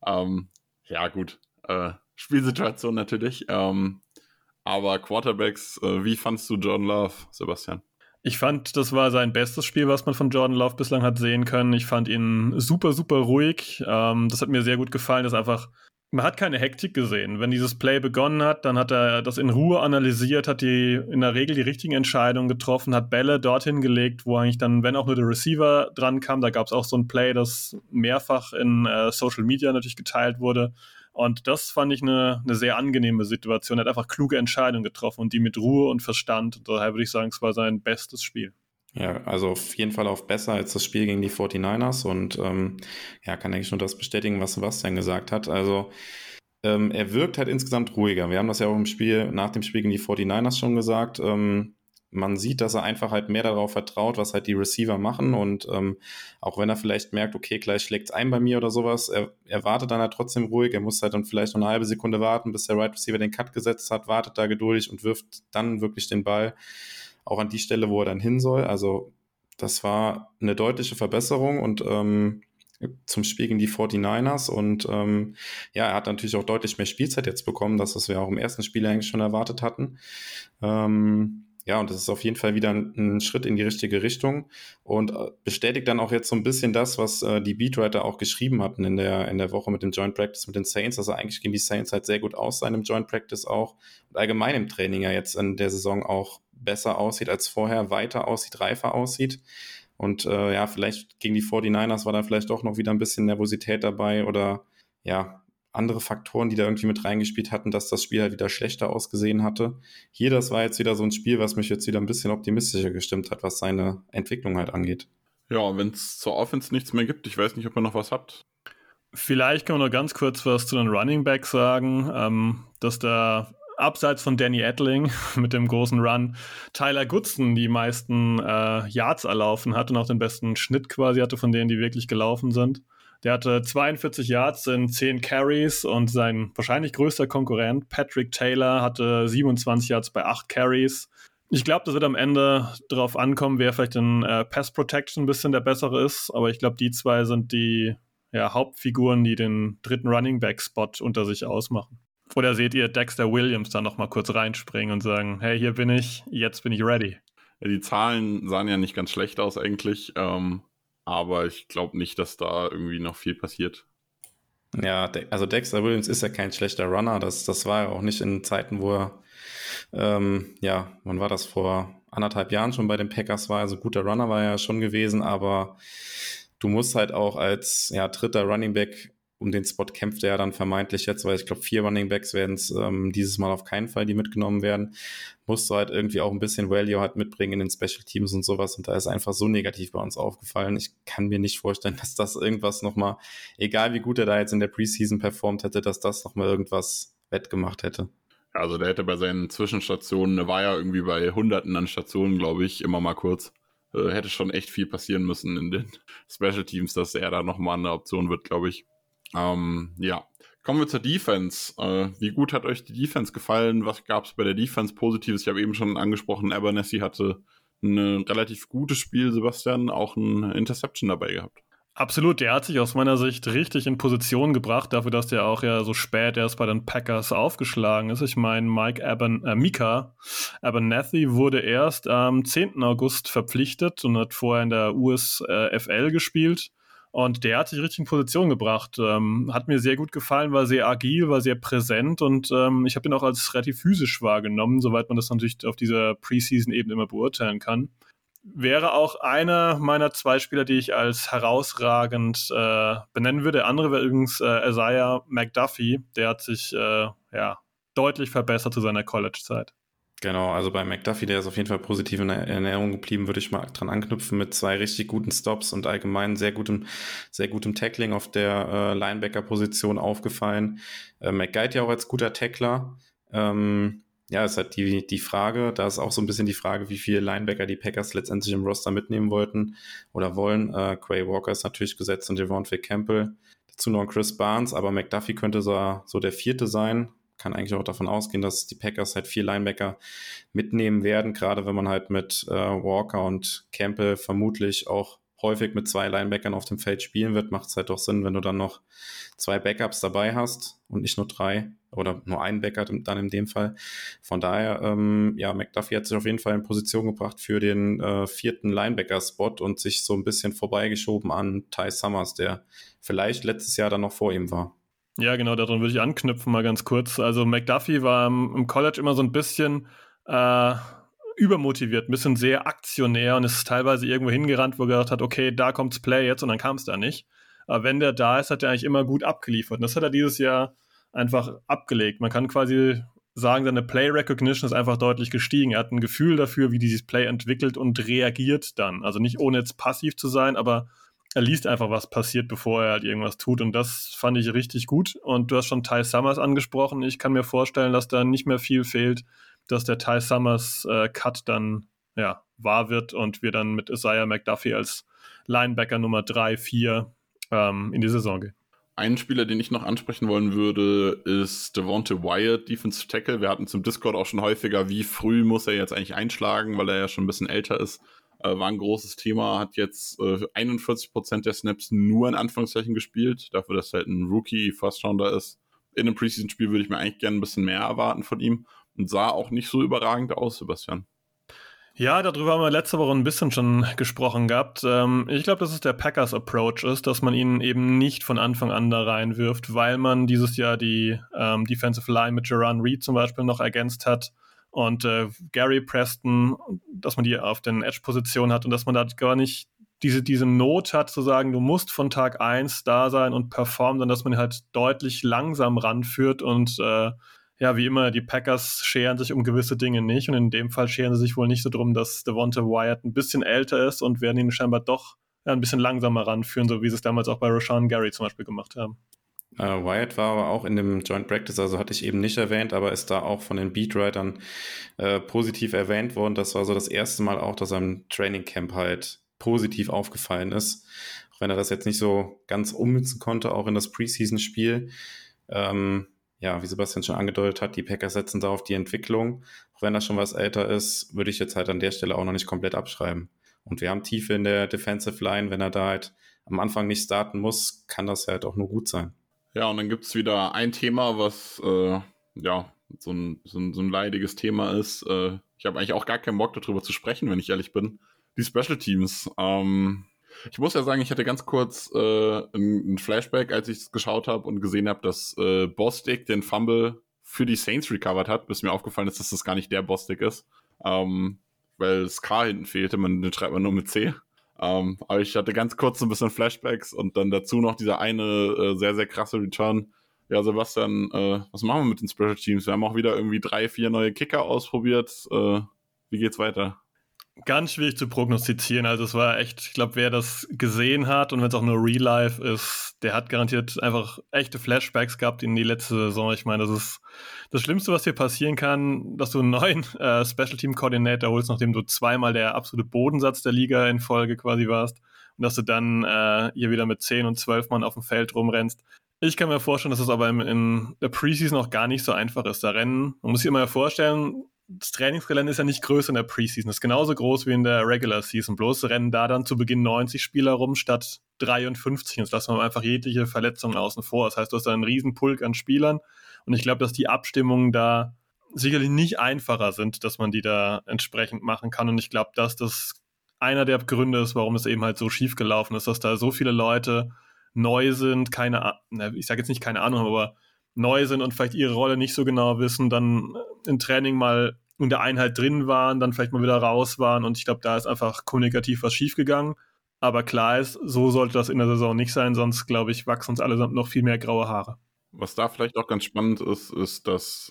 Gut. Spielsituation natürlich. Aber Quarterbacks, wie fandst du Jordan Love, Sebastian? Ich fand, das war sein bestes Spiel, was man von Jordan Love bislang hat sehen können. Ich fand ihn super, super ruhig. Das hat mir sehr gut gefallen, dass einfach man hat keine Hektik gesehen. Wenn dieses Play begonnen hat, dann hat er das in Ruhe analysiert, hat in der Regel die richtigen Entscheidungen getroffen, hat Bälle dorthin gelegt, wo eigentlich dann, wenn auch nur der Receiver dran kam, da gab es auch so ein Play, das mehrfach in Social Media natürlich geteilt wurde. Und das fand ich eine sehr angenehme Situation. Er hat einfach kluge Entscheidungen getroffen und die mit Ruhe und Verstand. Daher würde ich sagen, es war sein bestes Spiel. Ja, also auf jeden Fall auch besser als das Spiel gegen die 49ers und kann eigentlich nur das bestätigen, was Sebastian gesagt hat. Also er wirkt halt insgesamt ruhiger. Wir haben das ja auch nach dem Spiel gegen die 49ers schon gesagt. Man sieht, dass er einfach halt mehr darauf vertraut, was halt die Receiver machen und auch wenn er vielleicht merkt, okay, gleich schlägt es ein bei mir oder sowas, er wartet dann halt trotzdem ruhig, er muss halt dann vielleicht noch eine halbe Sekunde warten, bis der Right Receiver den Cut gesetzt hat, wartet da geduldig und wirft dann wirklich den Ball auch an die Stelle, wo er dann hin soll. Also das war eine deutliche Verbesserung und zum Spiel gegen die 49ers und er hat natürlich auch deutlich mehr Spielzeit jetzt bekommen, das wir auch im ersten Spiel eigentlich schon erwartet hatten. Und das ist auf jeden Fall wieder ein Schritt in die richtige Richtung und bestätigt dann auch jetzt so ein bisschen das, was die Beatwriter auch geschrieben hatten in der Woche mit dem Joint Practice mit den Saints, dass er eigentlich gegen die Saints halt sehr gut aussah im Joint Practice auch und allgemein im Training ja jetzt in der Saison auch besser aussieht als vorher, weiter aussieht, reifer aussieht. Und vielleicht gegen die 49ers war da vielleicht auch noch wieder ein bisschen Nervosität dabei oder ja, andere Faktoren, die da irgendwie mit reingespielt hatten, dass das Spiel halt wieder schlechter ausgesehen hatte. Hier, das war jetzt wieder so ein Spiel, was mich jetzt wieder ein bisschen optimistischer gestimmt hat, was seine Entwicklung halt angeht. Ja, wenn es zur Offense nichts mehr gibt, ich weiß nicht, ob ihr noch was habt. Vielleicht können wir noch ganz kurz was zu den Running Backs sagen, dass da abseits von Danny Etling mit dem großen Run Tyler Goodson die meisten Yards erlaufen hat und auch den besten Schnitt quasi hatte von denen, die wirklich gelaufen sind. Der hatte 42 Yards in 10 Carries und sein wahrscheinlich größter Konkurrent Patrick Taylor hatte 27 Yards bei 8 Carries. Ich glaube, das wird am Ende darauf ankommen, wer vielleicht in Pass Protection ein bisschen der bessere ist, aber ich glaube, die zwei sind die Hauptfiguren, die den dritten Running Back Spot unter sich ausmachen. Oder seht ihr Dexter Williams da nochmal kurz reinspringen und sagen, hey, hier bin ich, jetzt bin ich ready? Ja, die Zahlen sahen ja nicht ganz schlecht aus eigentlich, aber ich glaube nicht, dass da irgendwie noch viel passiert. Ja, also Dexter Williams ist ja kein schlechter Runner. Das war ja auch nicht in Zeiten, wo er, wann war das, vor 1,5 Jahren schon bei den Packers war. Also guter Runner war er ja schon gewesen, aber du musst halt auch als dritter Running Back, um den Spot kämpft er ja dann vermeintlich jetzt, weil ich glaube 4 Running Backs werden es dieses Mal auf keinen Fall, die mitgenommen werden, musst du halt irgendwie auch ein bisschen Value halt mitbringen in den Special Teams und sowas und da ist einfach so negativ bei uns aufgefallen. Ich kann mir nicht vorstellen, dass das irgendwas nochmal, egal wie gut er da jetzt in der Preseason performt hätte, dass das nochmal irgendwas wettgemacht hätte. Also der hätte bei seinen Zwischenstationen, der war ja irgendwie bei Hunderten an Stationen, glaube ich, immer mal kurz. Hätte schon echt viel passieren müssen in den Special Teams, dass er da nochmal eine Option wird, glaube ich. Kommen wir zur Defense. Wie gut hat euch die Defense gefallen? Was gab es bei der Defense Positives? Ich habe eben schon angesprochen, Abernethy hatte ein relativ gutes Spiel, Sebastian, auch ein Interception dabei gehabt. Absolut, der hat sich aus meiner Sicht richtig in Position gebracht, dafür, dass der auch so spät erst bei den Packers aufgeschlagen ist. Ich meine, Micah Abernethy wurde erst am 10. August verpflichtet und hat vorher in der USFL gespielt. Und der hat sich richtig in Position gebracht. Hat mir sehr gut gefallen, war sehr agil, war sehr präsent und ich habe ihn auch als relativ physisch wahrgenommen, soweit man das natürlich auf dieser Preseason-Ebene immer beurteilen kann. Wäre auch einer meiner 2 Spieler, die ich als herausragend benennen würde. Der andere wäre übrigens Isaiah McDuffie. Der hat sich deutlich verbessert zu seiner College-Zeit. Genau, also bei McDuffie, der ist auf jeden Fall positiv in Erinnerung geblieben, würde ich mal dran anknüpfen mit 2 richtig guten Stops und allgemein sehr gutem Tackling auf der Linebacker-Position aufgefallen. McGuide ja auch als guter Tackler. Ist halt die Frage, da ist auch so ein bisschen die Frage, wie viele Linebacker die Packers letztendlich im Roster mitnehmen wollten oder wollen. Quay Walker ist natürlich gesetzt und Devontae Campbell. Dazu noch Chris Barnes, aber McDuffie könnte so der 4. sein. Kann eigentlich auch davon ausgehen, dass die Packers halt 4 Linebacker mitnehmen werden, gerade wenn man halt mit Walker und Campbell vermutlich auch häufig mit 2 Linebackern auf dem Feld spielen wird, macht es halt doch Sinn, wenn du dann noch 2 Backups dabei hast und nicht nur 3 oder nur einen Backup dann in dem Fall. Von daher, McDuffie hat sich auf jeden Fall in Position gebracht für den 4. Linebacker-Spot und sich so ein bisschen vorbeigeschoben an Ty Summers, der vielleicht letztes Jahr dann noch vor ihm war. Ja, genau, daran würde ich anknüpfen, mal ganz kurz. Also McDuffie war im College immer so ein bisschen übermotiviert, ein bisschen sehr aktionär und ist teilweise irgendwo hingerannt, wo er gedacht hat, okay, da kommt's Play jetzt und dann kam es da nicht. Aber wenn der da ist, hat er eigentlich immer gut abgeliefert. Und das hat er dieses Jahr einfach abgelegt. Man kann quasi sagen, seine Play Recognition ist einfach deutlich gestiegen. Er hat ein Gefühl dafür, wie dieses Play entwickelt und reagiert dann. Also nicht ohne jetzt passiv zu sein, aber er liest einfach, was passiert, bevor er halt irgendwas tut. Und das fand ich richtig gut. Und du hast schon Ty Summers angesprochen. Ich kann mir vorstellen, dass da nicht mehr viel fehlt, dass der Ty Summers Cut dann wahr wird und wir dann mit Isaiah McDuffie als Linebacker Nummer 3, 4 in die Saison gehen. Ein Spieler, den ich noch ansprechen wollen würde, ist Devontae Wyatt, Defensive Tackle. Wir hatten zum Discord auch schon häufiger, wie früh muss er jetzt eigentlich einschlagen, weil er ja schon ein bisschen älter ist. War ein großes Thema, hat jetzt 41% der Snaps nur in Anführungszeichen gespielt, dafür, dass er halt ein Rookie-First-Rounder ist. In einem Preseason-Spiel würde ich mir eigentlich gerne ein bisschen mehr erwarten von ihm und sah auch nicht so überragend aus, Sebastian. Ja, darüber haben wir letzte Woche ein bisschen schon gesprochen gehabt. Ich glaube, dass es der Packers Approach ist, dass man ihn eben nicht von Anfang an da reinwirft, weil man dieses Jahr die Defensive Line mit Jaron Reed zum Beispiel noch ergänzt hat und Gary Preston, dass man die auf den Edge-Position hat und dass man da gar nicht diese Not hat, zu sagen, du musst von Tag 1 da sein und performen, sondern dass man halt deutlich langsam ranführt und wie immer, die Packers scheren sich um gewisse Dinge nicht und in dem Fall scheren sie sich wohl nicht so drum, dass Devonta Wyatt ein bisschen älter ist und werden ihn scheinbar doch ein bisschen langsamer ranführen, so wie sie es damals auch bei Rashawn Gary zum Beispiel gemacht haben. Wyatt war aber auch in dem Joint Practice, also hatte ich eben nicht erwähnt, aber ist da auch von den Beatwritern positiv erwähnt worden. Das war so das erste Mal auch, dass er im Training Camp halt positiv aufgefallen ist. Auch wenn er das jetzt nicht so ganz ummünzen konnte, auch in das Preseason-Spiel. Wie Sebastian schon angedeutet hat, die Packers setzen da auf die Entwicklung. Auch wenn er schon was älter ist, würde ich jetzt halt an der Stelle auch noch nicht komplett abschreiben. Und wir haben Tiefe in der Defensive Line. Wenn er da halt am Anfang nicht starten muss, kann das halt auch nur gut sein. Ja, und dann gibt es wieder ein Thema, was so ein leidiges Thema ist. Ich habe eigentlich auch gar keinen Bock darüber zu sprechen, wenn ich ehrlich bin. Die Special Teams. Ich muss ja sagen, ich hatte ganz kurz ein Flashback, als ich es geschaut habe und gesehen habe, dass Bostic den Fumble für die Saints recovered hat, bis mir aufgefallen ist, dass das gar nicht der Bostic ist. Weil das K hinten fehlte, den schreibt man nur mit C. Aber ich hatte ganz kurz so ein bisschen Flashbacks und dann dazu noch dieser eine sehr, sehr krasse Return. Ja, Sebastian, was machen wir mit den Special Teams? Wir haben auch wieder irgendwie 3-4 neue Kicker ausprobiert. Wie geht's weiter? Ganz schwierig zu prognostizieren. Also es war echt, ich glaube, wer das gesehen hat und wenn es auch nur Real Life ist, der hat garantiert einfach echte Flashbacks gehabt in die letzte Saison. Ich meine, das ist das Schlimmste, was dir passieren kann, dass du einen neuen Special Team Coordinator holst, nachdem du zweimal der absolute Bodensatz der Liga in Folge quasi warst und dass du dann hier wieder mit 10 und 12 Mann auf dem Feld rumrennst. Ich kann mir vorstellen, dass es aber in der Preseason auch gar nicht so einfach ist. Man muss sich immer vorstellen, das Trainingsgelände ist ja nicht größer in der Preseason. Das ist genauso groß wie in der Regular Season. Bloß rennen da dann zu Beginn 90 Spieler rum statt 53. Jetzt lassen wir einfach jegliche Verletzungen außen vor. Das heißt, du hast da einen riesen Pulk an Spielern. Und ich glaube, dass die Abstimmungen da sicherlich nicht einfacher sind, dass man die da entsprechend machen kann. Und ich glaube, dass das einer der Gründe ist, warum es eben halt so schief gelaufen ist, dass da so viele Leute neu sind, ich sage jetzt nicht keine Ahnung, aber neu sind und vielleicht ihre Rolle nicht so genau wissen, dann im Training mal in der Einheit drin waren, dann vielleicht mal wieder raus waren und ich glaube, da ist einfach kommunikativ was schiefgegangen. Aber klar ist, so sollte das in der Saison nicht sein, sonst, glaube ich, wachsen uns allesamt noch viel mehr graue Haare. Was da vielleicht auch ganz spannend ist, dass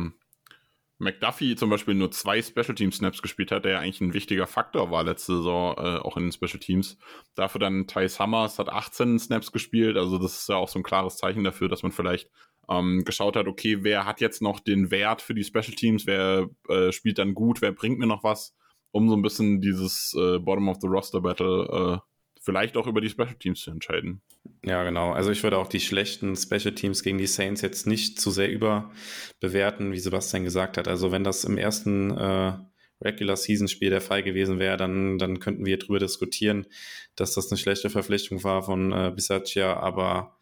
McDuffie zum Beispiel nur 2 Special Team Snaps gespielt hat, der ja eigentlich ein wichtiger Faktor war letzte Saison, auch in den Special Teams. Dafür dann Ty Summers hat 18 Snaps gespielt, also das ist ja auch so ein klares Zeichen dafür, dass man vielleicht geschaut hat, okay, wer hat jetzt noch den Wert für die Special Teams, wer spielt dann gut, wer bringt mir noch was, um so ein bisschen dieses Bottom of the Roster Battle vielleicht auch über die Special Teams zu entscheiden. Ja, genau. Also ich würde auch die schlechten Special Teams gegen die Saints jetzt nicht zu sehr überbewerten, wie Sebastian gesagt hat. Also wenn das im ersten Regular-Season-Spiel der Fall gewesen wäre, dann könnten wir drüber diskutieren, dass das eine schlechte Verpflichtung war von Bisaccia. Aber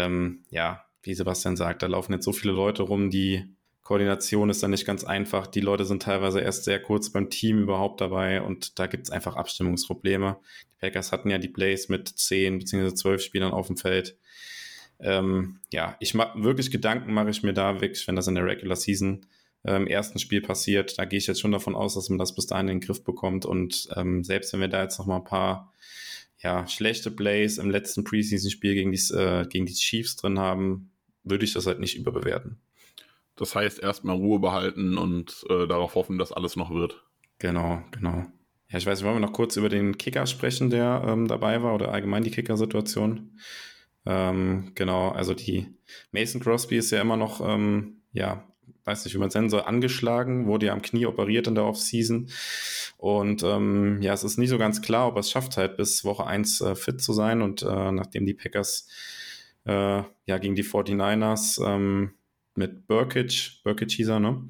wie Sebastian sagt, da laufen jetzt so viele Leute rum, die Koordination ist dann nicht ganz einfach. Die Leute sind teilweise erst sehr kurz beim Team überhaupt dabei und da gibt es einfach Abstimmungsprobleme. Die Packers hatten ja die Plays mit 10 bzw. 12 Spielern auf dem Feld. Wirklich Gedanken mache ich mir da wirklich, wenn das in der Regular Season im ersten Spiel passiert. Da gehe ich jetzt schon davon aus, dass man das bis dahin in den Griff bekommt und selbst wenn wir da jetzt noch mal ein paar schlechte Plays im letzten Preseason-Spiel gegen die Chiefs drin haben, würde ich das halt nicht überbewerten. Das heißt, erstmal Ruhe behalten und darauf hoffen, dass alles noch wird. Genau. Ja, ich weiß nicht, wollen wir noch kurz über den Kicker sprechen, der dabei war oder allgemein die Kicker-Situation? Also die Mason Crosby ist ja immer noch, weiß nicht, wie man es nennen soll, angeschlagen, wurde ja am Knie operiert in der Offseason und es ist nicht so ganz klar, ob er es schafft, halt bis Woche 1 fit zu sein und nachdem die Packers gegen die 49ers mit Burkage hieß er, ne?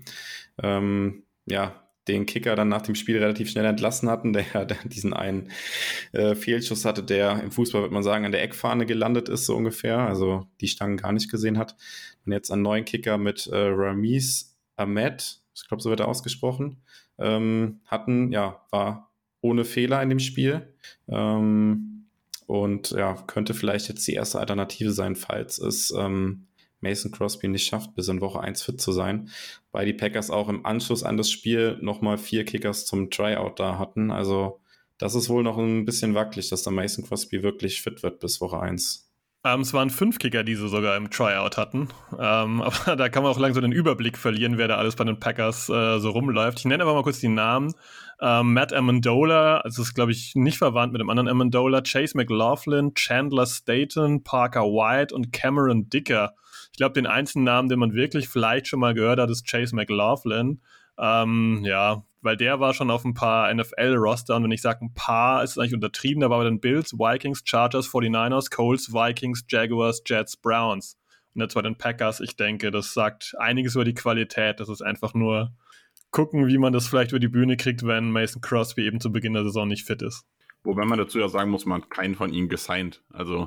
Den Kicker dann nach dem Spiel relativ schnell entlassen hatten, der diesen einen Fehlschuss hatte, der im Fußball, würde man sagen, an der Eckfahne gelandet ist, so ungefähr, also die Stangen gar nicht gesehen hat. Und jetzt einen neuen Kicker mit Ramiz Ahmed, ich glaube, so wird er ausgesprochen, war ohne Fehler in dem Spiel. Könnte vielleicht jetzt die erste Alternative sein, falls es Mason Crosby nicht schafft, bis in Woche 1 fit zu sein, weil die Packers auch im Anschluss an das Spiel nochmal 4 Kickers zum Tryout da hatten. Also das ist wohl noch ein bisschen wackelig, dass der Mason Crosby wirklich fit wird bis Woche 1. Es waren 5 Kicker, die sie sogar im Tryout hatten. Aber da kann man auch langsam den Überblick verlieren, wer da alles bei den Packers so rumläuft. Ich nenne einfach mal kurz die Namen. Matt Amendola, also ist, glaube ich, nicht verwandt mit dem anderen Amendola, Chase McLaughlin, Chandler Staton, Parker White und Cameron Dicker. Ich glaube, den einzigen Namen, den man wirklich vielleicht schon mal gehört hat, ist Chase McLaughlin. Weil der war schon auf ein paar NFL-Roster und wenn ich sage ein paar, ist es eigentlich untertrieben, da war bei den Bills, Vikings, Chargers, 49ers, Colts, Vikings, Jaguars, Jets, Browns. Und jetzt bei den Packers, ich denke, das sagt einiges über die Qualität. Das ist einfach nur gucken, wie man das vielleicht über die Bühne kriegt, wenn Mason Crosby eben zu Beginn der Saison nicht fit ist. Wobei man dazu ja sagen muss, man hat keinen von ihnen gesigned. Also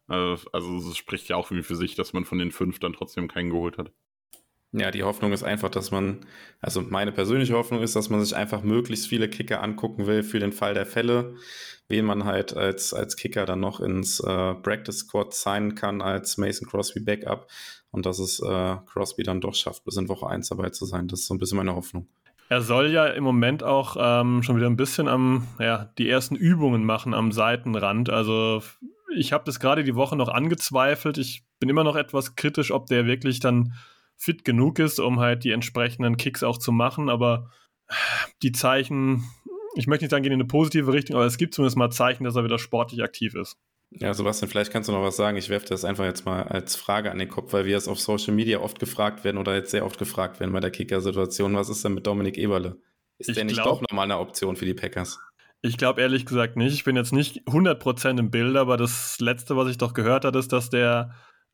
es spricht ja auch irgendwie für sich, dass man von den 5 dann trotzdem keinen geholt hat. Ja, die Hoffnung ist einfach, also meine persönliche Hoffnung ist, dass man sich einfach möglichst viele Kicker angucken will für den Fall der Fälle, wen man halt als Kicker dann noch ins Practice Squad signen kann als Mason Crosby Backup und dass es Crosby dann doch schafft, bis in Woche 1 dabei zu sein. Das ist so ein bisschen meine Hoffnung. Er soll ja im Moment auch schon wieder ein bisschen die ersten Übungen machen am Seitenrand. Also ich habe das gerade die Woche noch angezweifelt. Ich bin immer noch etwas kritisch, ob der wirklich dann fit genug ist, um halt die entsprechenden Kicks auch zu machen, aber die Zeichen, ich möchte nicht sagen, gehen in eine positive Richtung, aber es gibt zumindest mal Zeichen, dass er wieder sportlich aktiv ist. Ja, Sebastian, vielleicht kannst du noch was sagen. Ich werfe das einfach jetzt mal als Frage an den Kopf, weil wir es auf Social Media oft gefragt werden oder jetzt sehr oft gefragt werden bei der Kicker-Situation. Was ist denn mit Dominik Eberle? Ist der nicht doch nochmal eine Option für die Packers? Ich glaube ehrlich gesagt nicht. Ich bin jetzt nicht 100% im Bild, aber das Letzte, was ich doch gehört habe, ist, dass der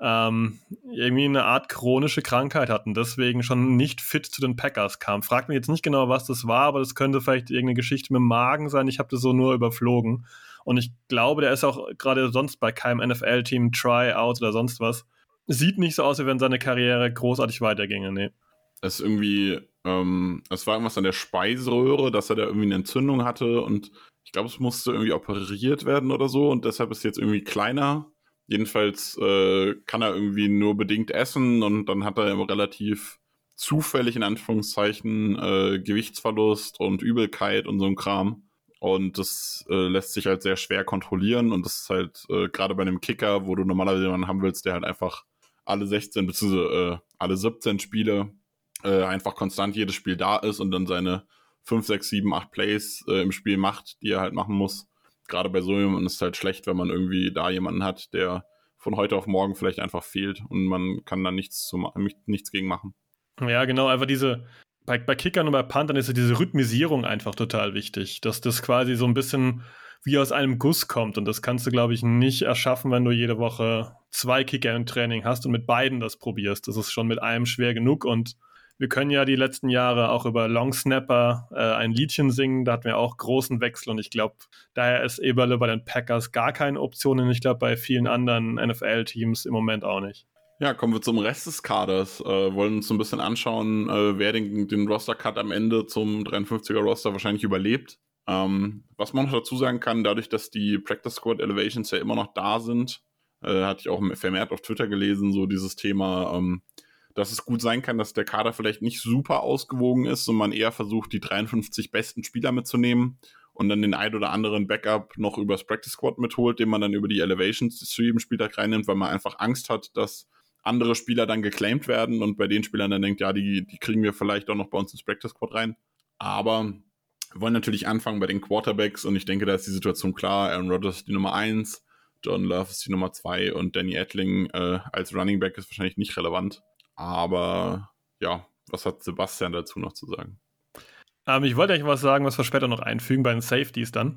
irgendwie eine Art chronische Krankheit hat und deswegen schon nicht fit zu den Packers kam. Fragt mich jetzt nicht genau, was das war, aber das könnte vielleicht irgendeine Geschichte mit dem Magen sein. Ich habe das so nur überflogen. Und ich glaube, der ist auch gerade sonst bei keinem NFL-Team Tryout oder sonst was. Sieht nicht so aus, wie wenn seine Karriere großartig weiterginge, nee. Es ist irgendwie, es war irgendwas an der Speiseröhre, dass er da irgendwie eine Entzündung hatte und ich glaube, es musste irgendwie operiert werden oder so und deshalb ist jetzt irgendwie kleiner. Jedenfalls kann er irgendwie nur bedingt essen und dann hat er relativ zufällig in Anführungszeichen Gewichtsverlust und Übelkeit und so ein Kram. Und das lässt sich halt sehr schwer kontrollieren und das ist halt gerade bei einem Kicker, wo du normalerweise jemanden haben willst, der halt einfach alle 16 bzw. alle 17 Spiele einfach konstant jedes Spiel da ist und dann seine 5, 6, 7, 8 Plays im Spiel macht, die er halt machen muss. Gerade bei so jemandem ist es halt schlecht, wenn man irgendwie da jemanden hat, der von heute auf morgen vielleicht einfach fehlt und man kann da nichts gegen machen. Ja, genau, einfach bei Kickern und bei Panthern ist ja diese Rhythmisierung einfach total wichtig, dass das quasi so ein bisschen wie aus einem Guss kommt und das kannst du, glaube ich, nicht erschaffen, wenn du jede Woche 2 Kicker im Training hast und mit beiden das probierst. Das ist schon mit einem schwer genug und wir können ja die letzten Jahre auch über Long Snapper ein Liedchen singen, da hatten wir auch großen Wechsel und ich glaube, daher ist Eberle bei den Packers gar keine Option und ich glaube, bei vielen anderen NFL-Teams im Moment auch nicht. Ja, kommen wir zum Rest des Kaders. Wollen uns so ein bisschen anschauen, wer den Roster-Cut am Ende zum 53er-Roster wahrscheinlich überlebt. Was man noch dazu sagen kann, dadurch, dass die Practice Squad Elevations ja immer noch da sind, hatte ich auch vermehrt auf Twitter gelesen, so dieses Thema, dass es gut sein kann, dass der Kader vielleicht nicht super ausgewogen ist und man eher versucht, die 53 besten Spieler mitzunehmen und dann den ein oder anderen Backup noch übers Practice Squad mitholt, den man dann über die Elevations zu jedem Spieltag reinnimmt, weil man einfach Angst hat, dass andere Spieler dann geclaimed werden und bei den Spielern dann denkt, ja, die kriegen wir vielleicht auch noch bei uns ins Practice Squad rein. Aber wir wollen natürlich anfangen bei den Quarterbacks und ich denke, da ist die Situation klar. Aaron Rodgers ist die Nummer 1, Jordan Love ist die Nummer 2 und Danny Etling als Running Back ist wahrscheinlich nicht relevant. Aber ja, was hat Sebastian dazu noch zu sagen? Ich wollte eigentlich was sagen, was wir später noch einfügen bei den Safeties dann.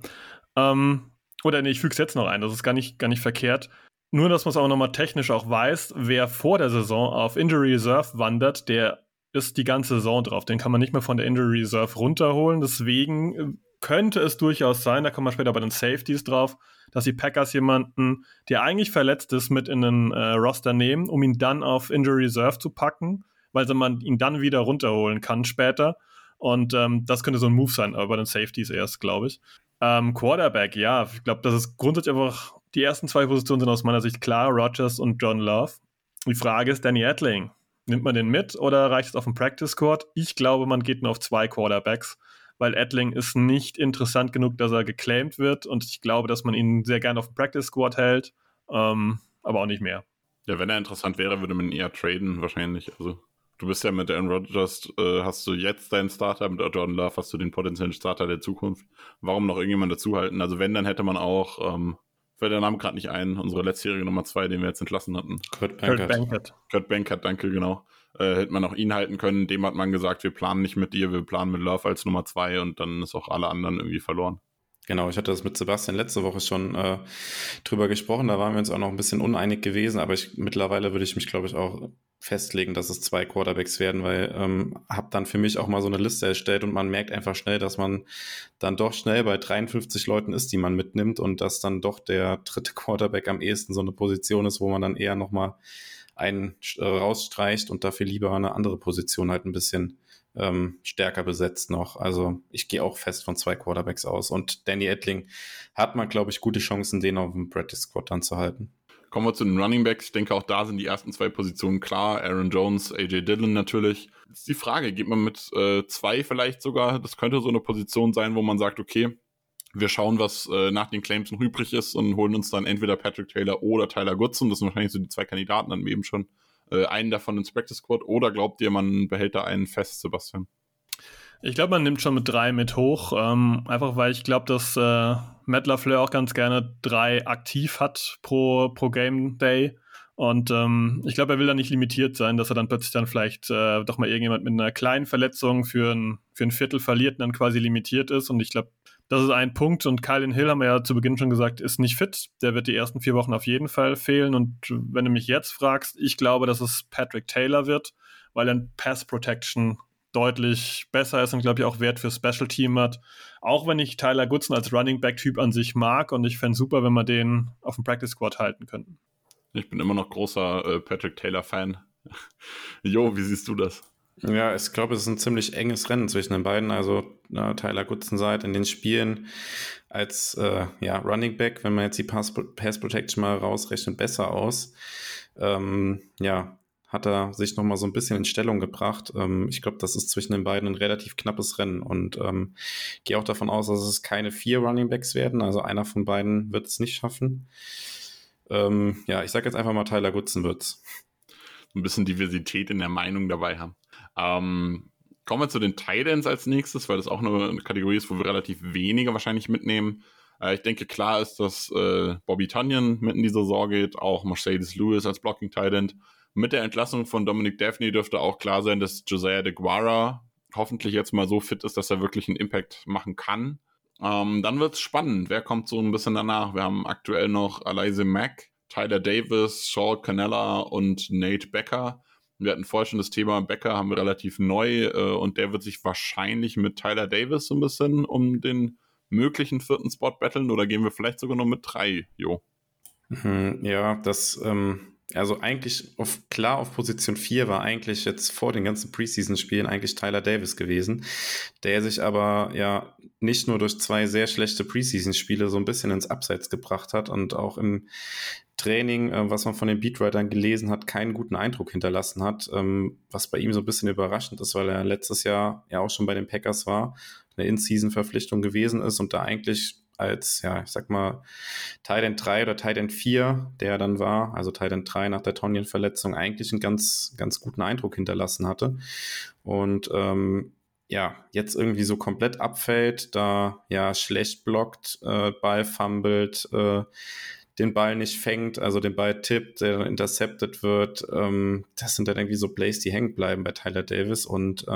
Ich füge es jetzt noch ein, das ist gar nicht verkehrt. Nur, dass man es auch nochmal technisch auch weiß, wer vor der Saison auf Injury Reserve wandert, der ist die ganze Saison drauf. Den kann man nicht mehr von der Injury Reserve runterholen. Deswegen könnte es durchaus sein, da kommen wir später bei den Safeties drauf, dass die Packers jemanden, der eigentlich verletzt ist, mit in den Roster nehmen, um ihn dann auf Injury Reserve zu packen, weil man ihn dann wieder runterholen kann später. Und das könnte so ein Move sein, aber bei den Safeties erst, glaube ich. Quarterback, ja, ich glaube, das ist grundsätzlich einfach, die ersten 2 Positionen sind aus meiner Sicht klar, Rodgers und John Love. Die Frage ist Danny Etling. Nimmt man den mit oder reicht es auf dem Practice Squad? Ich glaube, man geht nur auf 2 Quarterbacks. weil Edling ist nicht interessant genug, dass er geclaimed wird und ich glaube, dass man ihn sehr gerne auf dem Practice Squad hält, aber auch nicht mehr. Ja, wenn er interessant wäre, würde man ihn eher traden wahrscheinlich. Also du bist ja mit Aaron Rodgers, hast du jetzt deinen Starter, mit Jordan Love hast du den potenziellen Starter der Zukunft. Warum noch irgendjemand dazuhalten? Also wenn, dann hätte man auch, fällt der Name gerade nicht ein, unsere letztjährige Nummer 2, den wir jetzt entlassen hatten. Kurt Benkert, danke, genau. Hätte man auch ihn halten können, dem hat man gesagt, wir planen nicht mit dir, wir planen mit Love als Nummer 2 und dann ist auch alle anderen irgendwie verloren. Genau, ich hatte das mit Sebastian letzte Woche schon drüber gesprochen, da waren wir uns auch noch ein bisschen uneinig gewesen, aber mittlerweile würde ich mich, glaube ich, auch festlegen, dass es 2 Quarterbacks werden, weil habe dann für mich auch mal so eine Liste erstellt und man merkt einfach schnell, dass man dann doch schnell bei 53 Leuten ist, die man mitnimmt und dass dann doch der dritte Quarterback am ehesten so eine Position ist, wo man dann eher nochmal einen rausstreicht und dafür lieber eine andere Position halt ein bisschen stärker besetzt noch. Also ich gehe auch fest von 2 Quarterbacks aus und Danny Edling hat man, glaube ich, gute Chancen, den auf dem Practice Squad dann zu halten. Kommen wir zu den Running Backs. Ich denke, auch da sind die ersten 2 Positionen klar. Aaron Jones, AJ Dillon natürlich. Jetzt ist die Frage, geht man mit 2 vielleicht sogar? Das könnte so eine Position sein, wo man sagt, okay, wir schauen, was nach den Claims noch übrig ist und holen uns dann entweder Patrick Taylor oder Tyler Goodson. Das sind wahrscheinlich so die 2 Kandidaten, dann eben schon einen davon ins Practice Squad. Oder glaubt ihr, man behält da einen fest, Sebastian? Ich glaube, man nimmt schon mit 3 mit hoch, einfach weil ich glaube, dass Matt LaFleur auch ganz gerne 3 aktiv hat pro Game Day und ich glaube, er will da nicht limitiert sein, dass er dann plötzlich dann vielleicht doch mal irgendjemand mit einer kleinen Verletzung für ein Viertel verliert und dann quasi limitiert ist und ich glaube, das ist ein Punkt und Kylin Hill, haben wir ja zu Beginn schon gesagt, ist nicht fit, der wird die ersten 4 Wochen auf jeden Fall fehlen und wenn du mich jetzt fragst, ich glaube, dass es Patrick Taylor wird, weil er ein Pass Protection deutlich besser ist und, glaube ich, auch Wert für Special Team hat. Auch wenn ich Tyler Goodson als Running Back-Typ an sich mag und ich fände es super, wenn wir den auf dem Practice Squad halten könnten. Ich bin immer noch großer Patrick Taylor-Fan. Jo, wie siehst du das? Ja, ich glaube, es ist ein ziemlich enges Rennen zwischen den beiden. Also Tyler Goodson sah in den Spielen als Running Back, wenn man jetzt die Pass Protection mal rausrechnet, besser aus. Hat er sich nochmal so ein bisschen in Stellung gebracht. Ich glaube, das ist zwischen den beiden ein relativ knappes Rennen und gehe auch davon aus, dass es keine 4 Runningbacks werden. Also einer von beiden wird es nicht schaffen. Ich sage jetzt einfach mal, Tyler Goodson wird's. Ein bisschen Diversität in der Meinung dabei haben. Kommen wir zu den Tight Ends als nächstes, weil das auch eine Kategorie ist, wo wir relativ wenige wahrscheinlich mitnehmen. Ich denke, klar ist, dass Bobby Tonyan mit in die Saison geht, auch Mercedes Lewis als Blocking Tight End. Mit der Entlassung von Dominic Daphne dürfte auch klar sein, dass Josiah DeGuara hoffentlich jetzt mal so fit ist, dass er wirklich einen Impact machen kann. Dann wird es spannend. Wer kommt so ein bisschen danach? Wir haben aktuell noch Alize Mack, Tyler Davis, Shaw Cannella und Nate Becker. Wir hatten vorher schon das Thema Becker, haben wir relativ neu und der wird sich wahrscheinlich mit Tyler Davis so ein bisschen um den möglichen 4. Spot battlen oder gehen wir vielleicht sogar noch mit 3, Jo? Ja, das also eigentlich auf Position 4 war eigentlich jetzt vor den ganzen Preseason-Spielen eigentlich Tyler Davis gewesen, der sich aber ja nicht nur durch 2 sehr schlechte Preseason-Spiele so ein bisschen ins Abseits gebracht hat und auch im Training, was man von den Beatwritern gelesen hat, keinen guten Eindruck hinterlassen hat, was bei ihm so ein bisschen überraschend ist, weil er letztes Jahr ja auch schon bei den Packers war, eine In-Season-Verpflichtung gewesen ist und da eigentlich als, ich sag mal, Tight End 3 oder Tight End 4, der dann war, also Tight End 3 nach der Tonyan-Verletzung, eigentlich einen ganz, ganz guten Eindruck hinterlassen hatte. Und jetzt irgendwie so komplett abfällt, da schlecht blockt, Ball fummelt, den Ball nicht fängt, also den Ball tippt, der dann intercepted wird. Das sind dann irgendwie so Plays, die hängen bleiben bei Tyler Davis und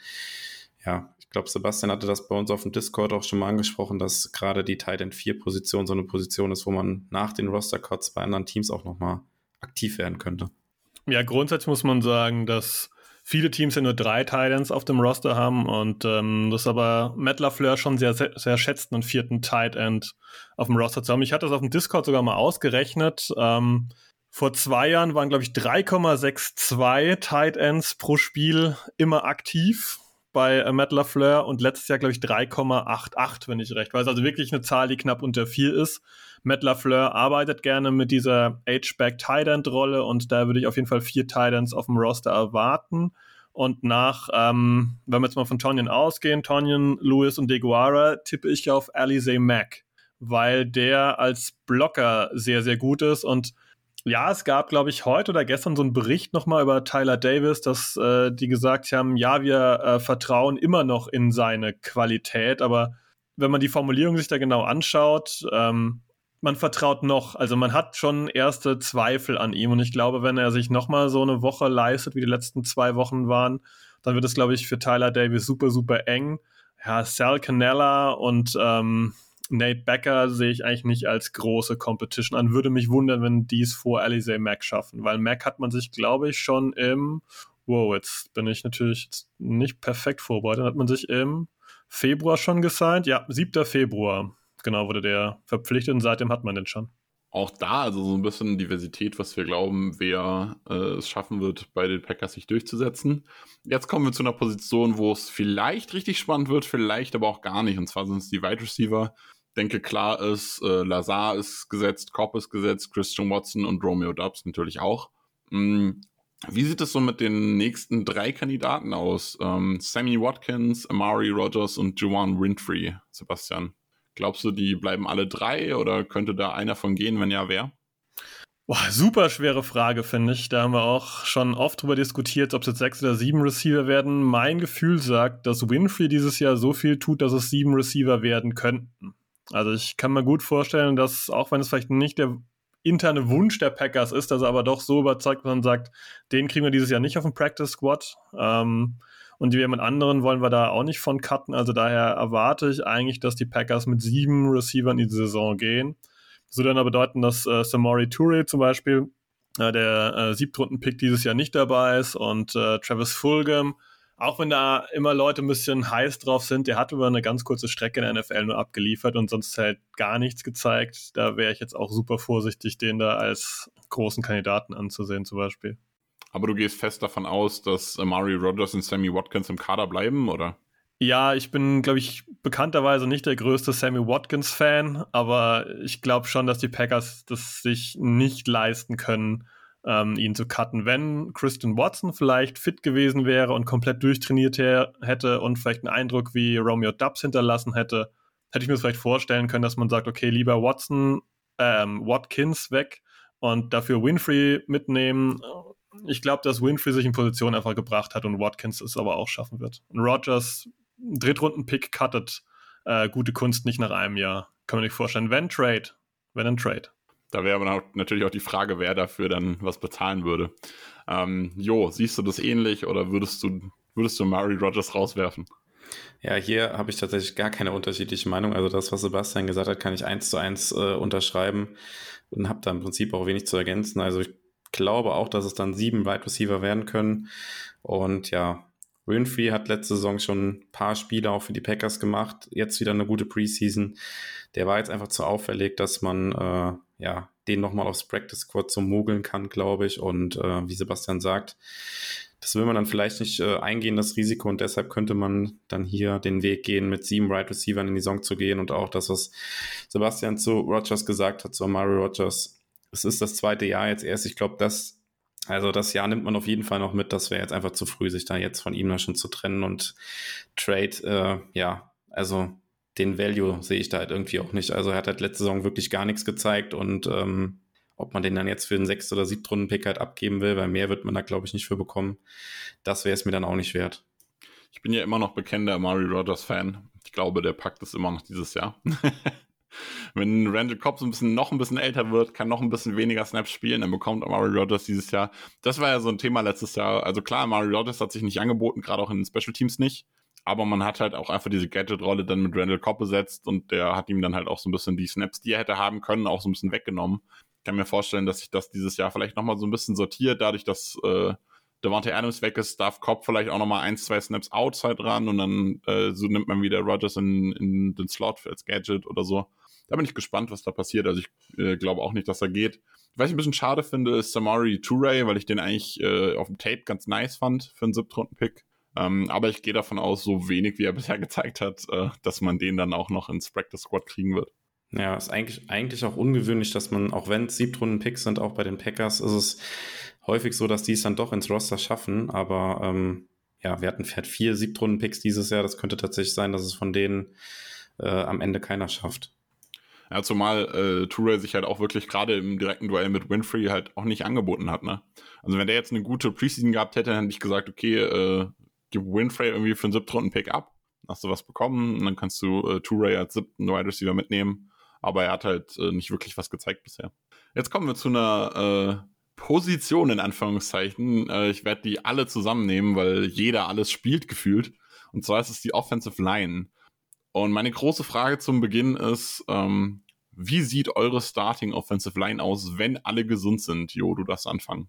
ich glaube, Sebastian hatte das bei uns auf dem Discord auch schon mal angesprochen, dass gerade die Tight End 4 Position so eine Position ist, wo man nach den Roster-Cuts bei anderen Teams auch nochmal aktiv werden könnte. Ja, grundsätzlich muss man sagen, dass viele Teams ja nur 3 Tight Ends auf dem Roster haben und das aber Matt LaFleur schon sehr, sehr, sehr schätzt, einen 4. Tight End auf dem Roster zu haben. Ich hatte das auf dem Discord sogar mal ausgerechnet. Vor 2 Jahren waren, glaube ich, 3,62 Tight Ends pro Spiel immer aktiv bei Matt LaFleur und letztes Jahr, glaube ich, 3,88, wenn ich recht weiß. Also wirklich eine Zahl, die knapp unter 4 ist. Matt LaFleur arbeitet gerne mit dieser H-Back-Tight-End-Rolle und da würde ich auf jeden Fall 4 Tight Ends auf dem Roster erwarten. Und wenn wir jetzt mal von Tonyan ausgehen, Tonyan, Lewis und DeGuara, tippe ich auf Alizé Mack, weil der als Blocker sehr, sehr gut ist. Und ja, es gab, glaube ich, heute oder gestern so einen Bericht nochmal über Tyler Davis, dass die gesagt haben, ja, wir vertrauen immer noch in seine Qualität, aber wenn man die Formulierung sich da genau anschaut, man vertraut noch, also man hat schon erste Zweifel an ihm und ich glaube, wenn er sich nochmal so eine Woche leistet, wie die letzten 2 Wochen waren, dann wird es, glaube ich, für Tyler Davis super, super eng. Ja, Sal Cannella und Nate Becker sehe ich eigentlich nicht als große Competition an. Würde mich wundern, wenn die es vor Alizé Mack schaffen, weil Mack hat man sich, glaube ich, schon jetzt bin ich natürlich nicht perfekt vorbereitet, hat man sich im Februar schon gesigned? Ja, 7. Februar, genau, wurde der verpflichtet und seitdem hat man den schon. Auch da, also so ein bisschen Diversität, was wir glauben, wer es schaffen wird, bei den Packers sich durchzusetzen. Jetzt kommen wir zu einer Position, wo es vielleicht richtig spannend wird, vielleicht aber auch gar nicht. Und zwar sind es die Wide Receiver. Ich denke, klar ist, Lazar ist gesetzt, Cobb ist gesetzt, Christian Watson und Romeo Doubs natürlich auch. Wie sieht es so mit den nächsten 3 Kandidaten aus? Sammy Watkins, Amari Rodgers und Juwann Winfrey, Sebastian. Glaubst du, die bleiben alle 3 oder könnte da einer von gehen, wenn ja, wer? Boah, super schwere Frage, finde ich. Da haben wir auch schon oft drüber diskutiert, ob es jetzt 6 oder 7 Receiver werden. Mein Gefühl sagt, dass Winfrey dieses Jahr so viel tut, dass es 7 Receiver werden könnten. Also ich kann mir gut vorstellen, dass, auch wenn es vielleicht nicht der interne Wunsch der Packers ist, dass er aber doch so überzeugt, dass man sagt, den kriegen wir dieses Jahr nicht auf dem Practice Squad. Und jemand anderen wollen wir da auch nicht von cutten. Also daher erwarte ich eigentlich, dass die Packers mit 7 Receivern in die Saison gehen. Das würde dann bedeuten, dass Samori Toure zum Beispiel, der 7-Runden-Pick dieses Jahr nicht dabei ist, und Travis Fulgham, auch wenn da immer Leute ein bisschen heiß drauf sind, der hat über eine ganz kurze Strecke in der NFL nur abgeliefert und sonst halt gar nichts gezeigt. Da wäre ich jetzt auch super vorsichtig, den da als großen Kandidaten anzusehen zum Beispiel. Aber du gehst fest davon aus, dass Amari Rodgers und Sammy Watkins im Kader bleiben, oder? Ja, ich bin, glaube ich, bekannterweise nicht der größte Sammy Watkins-Fan, aber ich glaube schon, dass die Packers das sich nicht leisten können, ihn zu cutten. Wenn Christian Watson vielleicht fit gewesen wäre und komplett durchtrainiert hätte und vielleicht einen Eindruck wie Romeo Doubs hinterlassen hätte, hätte ich mir das vielleicht vorstellen können, dass man sagt, okay, lieber Watkins weg und dafür Winfrey mitnehmen. Ich glaube, dass Winfrey sich in Position einfach gebracht hat und Watkins es aber auch schaffen wird. Und Rodgers, Drittrunden-Pick, cuttet gute Kunst nicht nach einem Jahr. Kann man nicht vorstellen. Wenn ein Trade. Da wäre aber natürlich auch die Frage, wer dafür dann was bezahlen würde. Siehst du das ähnlich oder würdest du Amari Rodgers rauswerfen? Ja, hier habe ich tatsächlich gar keine unterschiedliche Meinung. Also das, was Sebastian gesagt hat, kann ich 1:1 unterschreiben und habe da im Prinzip auch wenig zu ergänzen. Also ich glaube auch, dass es dann 7 Wide Receiver werden können. Und ja, Winfrey hat letzte Saison schon ein paar Spiele auch für die Packers gemacht. Jetzt wieder eine gute Preseason. Der war jetzt einfach zu auffällig, dass man den nochmal aufs Practice Squad so mogeln kann, glaube ich. Und wie Sebastian sagt, das will man dann vielleicht nicht eingehen, das Risiko. Und deshalb könnte man dann hier den Weg gehen, mit 7 Wide Receivern in die Saison zu gehen. Und auch das, was Sebastian zu Rodgers gesagt hat, zu Amari Rodgers. Es ist das 2. Jahr jetzt erst. Ich glaube, das Jahr nimmt man auf jeden Fall noch mit. Das wäre jetzt einfach zu früh, sich da jetzt von ihm da schon zu trennen. Und Trade, den Value sehe ich da halt irgendwie auch nicht. Also er hat halt letzte Saison wirklich gar nichts gezeigt und ob man den dann jetzt für einen 6- oder 7-Runden-Pick halt abgeben will, weil mehr wird man da, glaube ich, nicht für bekommen, das wäre es mir dann auch nicht wert. Ich bin ja immer noch bekennender Amari Rodgers-Fan. Ich glaube, der packt es immer noch dieses Jahr. Wenn Randall Cobb noch ein bisschen älter wird, kann noch ein bisschen weniger Snaps spielen, dann bekommt Amari Rodgers dieses Jahr. Das war ja so ein Thema letztes Jahr. Also klar, Amari Rodgers hat sich nicht angeboten, gerade auch in den Special Teams nicht. Aber man hat halt auch einfach diese Gadget-Rolle dann mit Randall Cobb besetzt und der hat ihm dann halt auch so ein bisschen die Snaps, die er hätte haben können, auch so ein bisschen weggenommen. Ich kann mir vorstellen, dass sich das dieses Jahr vielleicht nochmal so ein bisschen sortiert, dadurch, dass Davante Adams weg ist, darf Cobb vielleicht auch nochmal 1-2 Snaps outside ran und dann so nimmt man wieder Rodgers in den Slot als Gadget oder so. Da bin ich gespannt, was da passiert. Also ich glaube auch nicht, dass er geht. Was ich ein bisschen schade finde, ist Samori Toure, weil ich den eigentlich auf dem Tape ganz nice fand für einen 7-Runden-Pick. Aber ich gehe davon aus, so wenig wie er bisher gezeigt hat, dass man den dann auch noch ins Practice Squad kriegen wird. Ja, ist eigentlich auch ungewöhnlich, dass man, auch wenn es 7-Runden-Picks sind, auch bei den Packers, ist es häufig so, dass die es dann doch ins Roster schaffen. Aber wir hatten 4 Siebtrunden-Picks dieses Jahr. Das könnte tatsächlich sein, dass es von denen am Ende keiner schafft. Ja, zumal Toure sich halt auch wirklich gerade im direkten Duell mit Winfrey halt auch nicht angeboten hat, ne? Also wenn der jetzt eine gute Preseason gehabt hätte, dann hätte ich gesagt, okay, gib Winfrey irgendwie für einen 7-Runden-Pick ab, hast du was bekommen und dann kannst du Toure als 7. Wide Receiver mitnehmen, aber er hat halt nicht wirklich was gezeigt bisher. Jetzt kommen wir zu einer Position in Anführungszeichen. Ich werde die alle zusammennehmen, weil jeder alles spielt gefühlt, und zwar ist es die Offensive Line. Und meine große Frage zum Beginn ist, wie sieht eure Starting Offensive Line aus, wenn alle gesund sind? Jo, du darfst anfangen.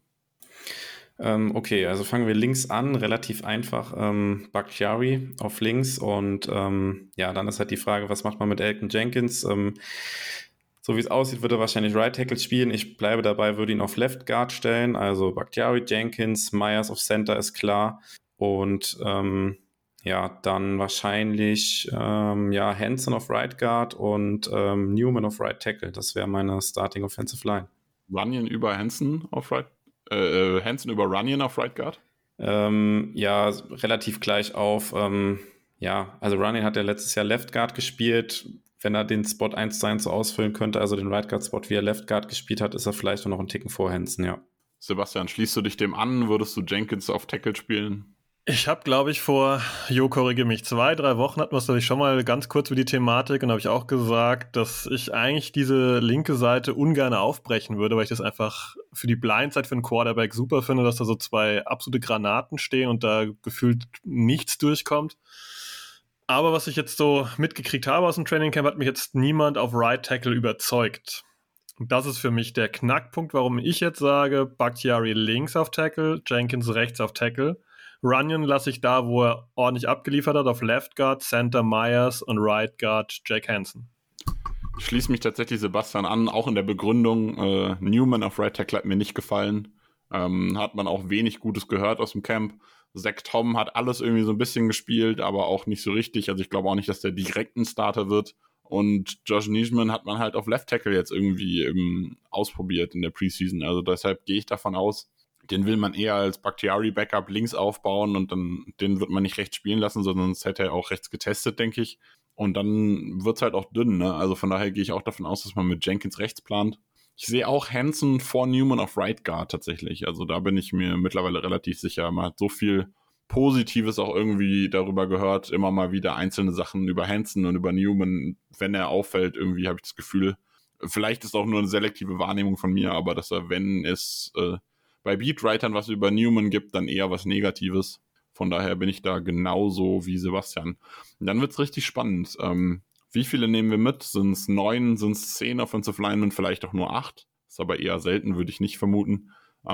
Okay, also fangen wir links an, relativ einfach. Bakhtiari auf links und dann ist halt die Frage, was macht man mit Elgton Jenkins? So wie es aussieht, wird er wahrscheinlich Right Tackle spielen. Ich bleibe dabei, würde ihn auf Left Guard stellen. Also Bakhtiari, Jenkins, Myers auf Center ist klar. Und dann wahrscheinlich Hanson auf Right Guard und Newman auf Right Tackle. Das wäre meine Starting Offensive Line. Runyon über Hanson auf Right Hanson über Runyon auf Right Guard? Relativ gleich auf. Also Runyon hat ja letztes Jahr Left Guard gespielt. Wenn er den Spot 1:1 so ausfüllen könnte, also den Right Guard Spot, wie er Left Guard gespielt hat, ist er vielleicht nur noch einen Ticken vor Hanson, ja. Sebastian, schließt du dich dem an? Würdest du Jenkins auf Tackle spielen? Ich habe, glaube ich, korrigiere mich, 2-3 Wochen hatten wir es, glaube ich, schon mal ganz kurz über die Thematik und habe ich auch gesagt, dass ich eigentlich diese linke Seite ungern aufbrechen würde, weil ich das einfach für die Blindside für einen Quarterback super finde, dass da so 2 absolute Granaten stehen und da gefühlt nichts durchkommt. Aber was ich jetzt so mitgekriegt habe aus dem Trainingcamp, hat mich jetzt niemand auf Right Tackle überzeugt. Und das ist für mich der Knackpunkt, warum ich jetzt sage, Bakhtiari links auf Tackle, Jenkins rechts auf Tackle. Runyon lasse ich da, wo er ordentlich abgeliefert hat, auf Left Guard, Center Myers und Right Guard Jack Hanson. Ich schließe mich tatsächlich Sebastian an, auch in der Begründung. Newman auf Right Tackle hat mir nicht gefallen. Hat man auch wenig Gutes gehört aus dem Camp. Zach Tom hat alles irgendwie so ein bisschen gespielt, aber auch nicht so richtig. Also ich glaube auch nicht, dass der direkt ein Starter wird. Und Josh Nijman hat man halt auf Left Tackle jetzt irgendwie ausprobiert in der Preseason. Also deshalb gehe ich davon aus, den will man eher als Bakhtiari-Backup links aufbauen und dann den wird man nicht rechts spielen lassen, sondern sonst hätte er auch rechts getestet, denke ich. Und dann wird's halt auch dünn, ne? Also von daher gehe ich auch davon aus, dass man mit Jenkins rechts plant. Ich sehe auch Hanson vor Newman auf Right Guard tatsächlich. Also da bin ich mir mittlerweile relativ sicher. Man hat so viel Positives auch irgendwie darüber gehört, immer mal wieder einzelne Sachen über Hanson und über Newman. Wenn er auffällt, irgendwie habe ich das Gefühl, vielleicht ist auch nur eine selektive Wahrnehmung von mir, aber dass er, wenn es bei Beatwritern was über Newman gibt, dann eher was Negatives. Von daher bin ich da genauso wie Sebastian. Und dann wird's richtig spannend. Wie viele nehmen wir mit? Sind es 9, sind es 10 Offensive Linemen, vielleicht auch nur 8? Ist aber eher selten, würde ich nicht vermuten.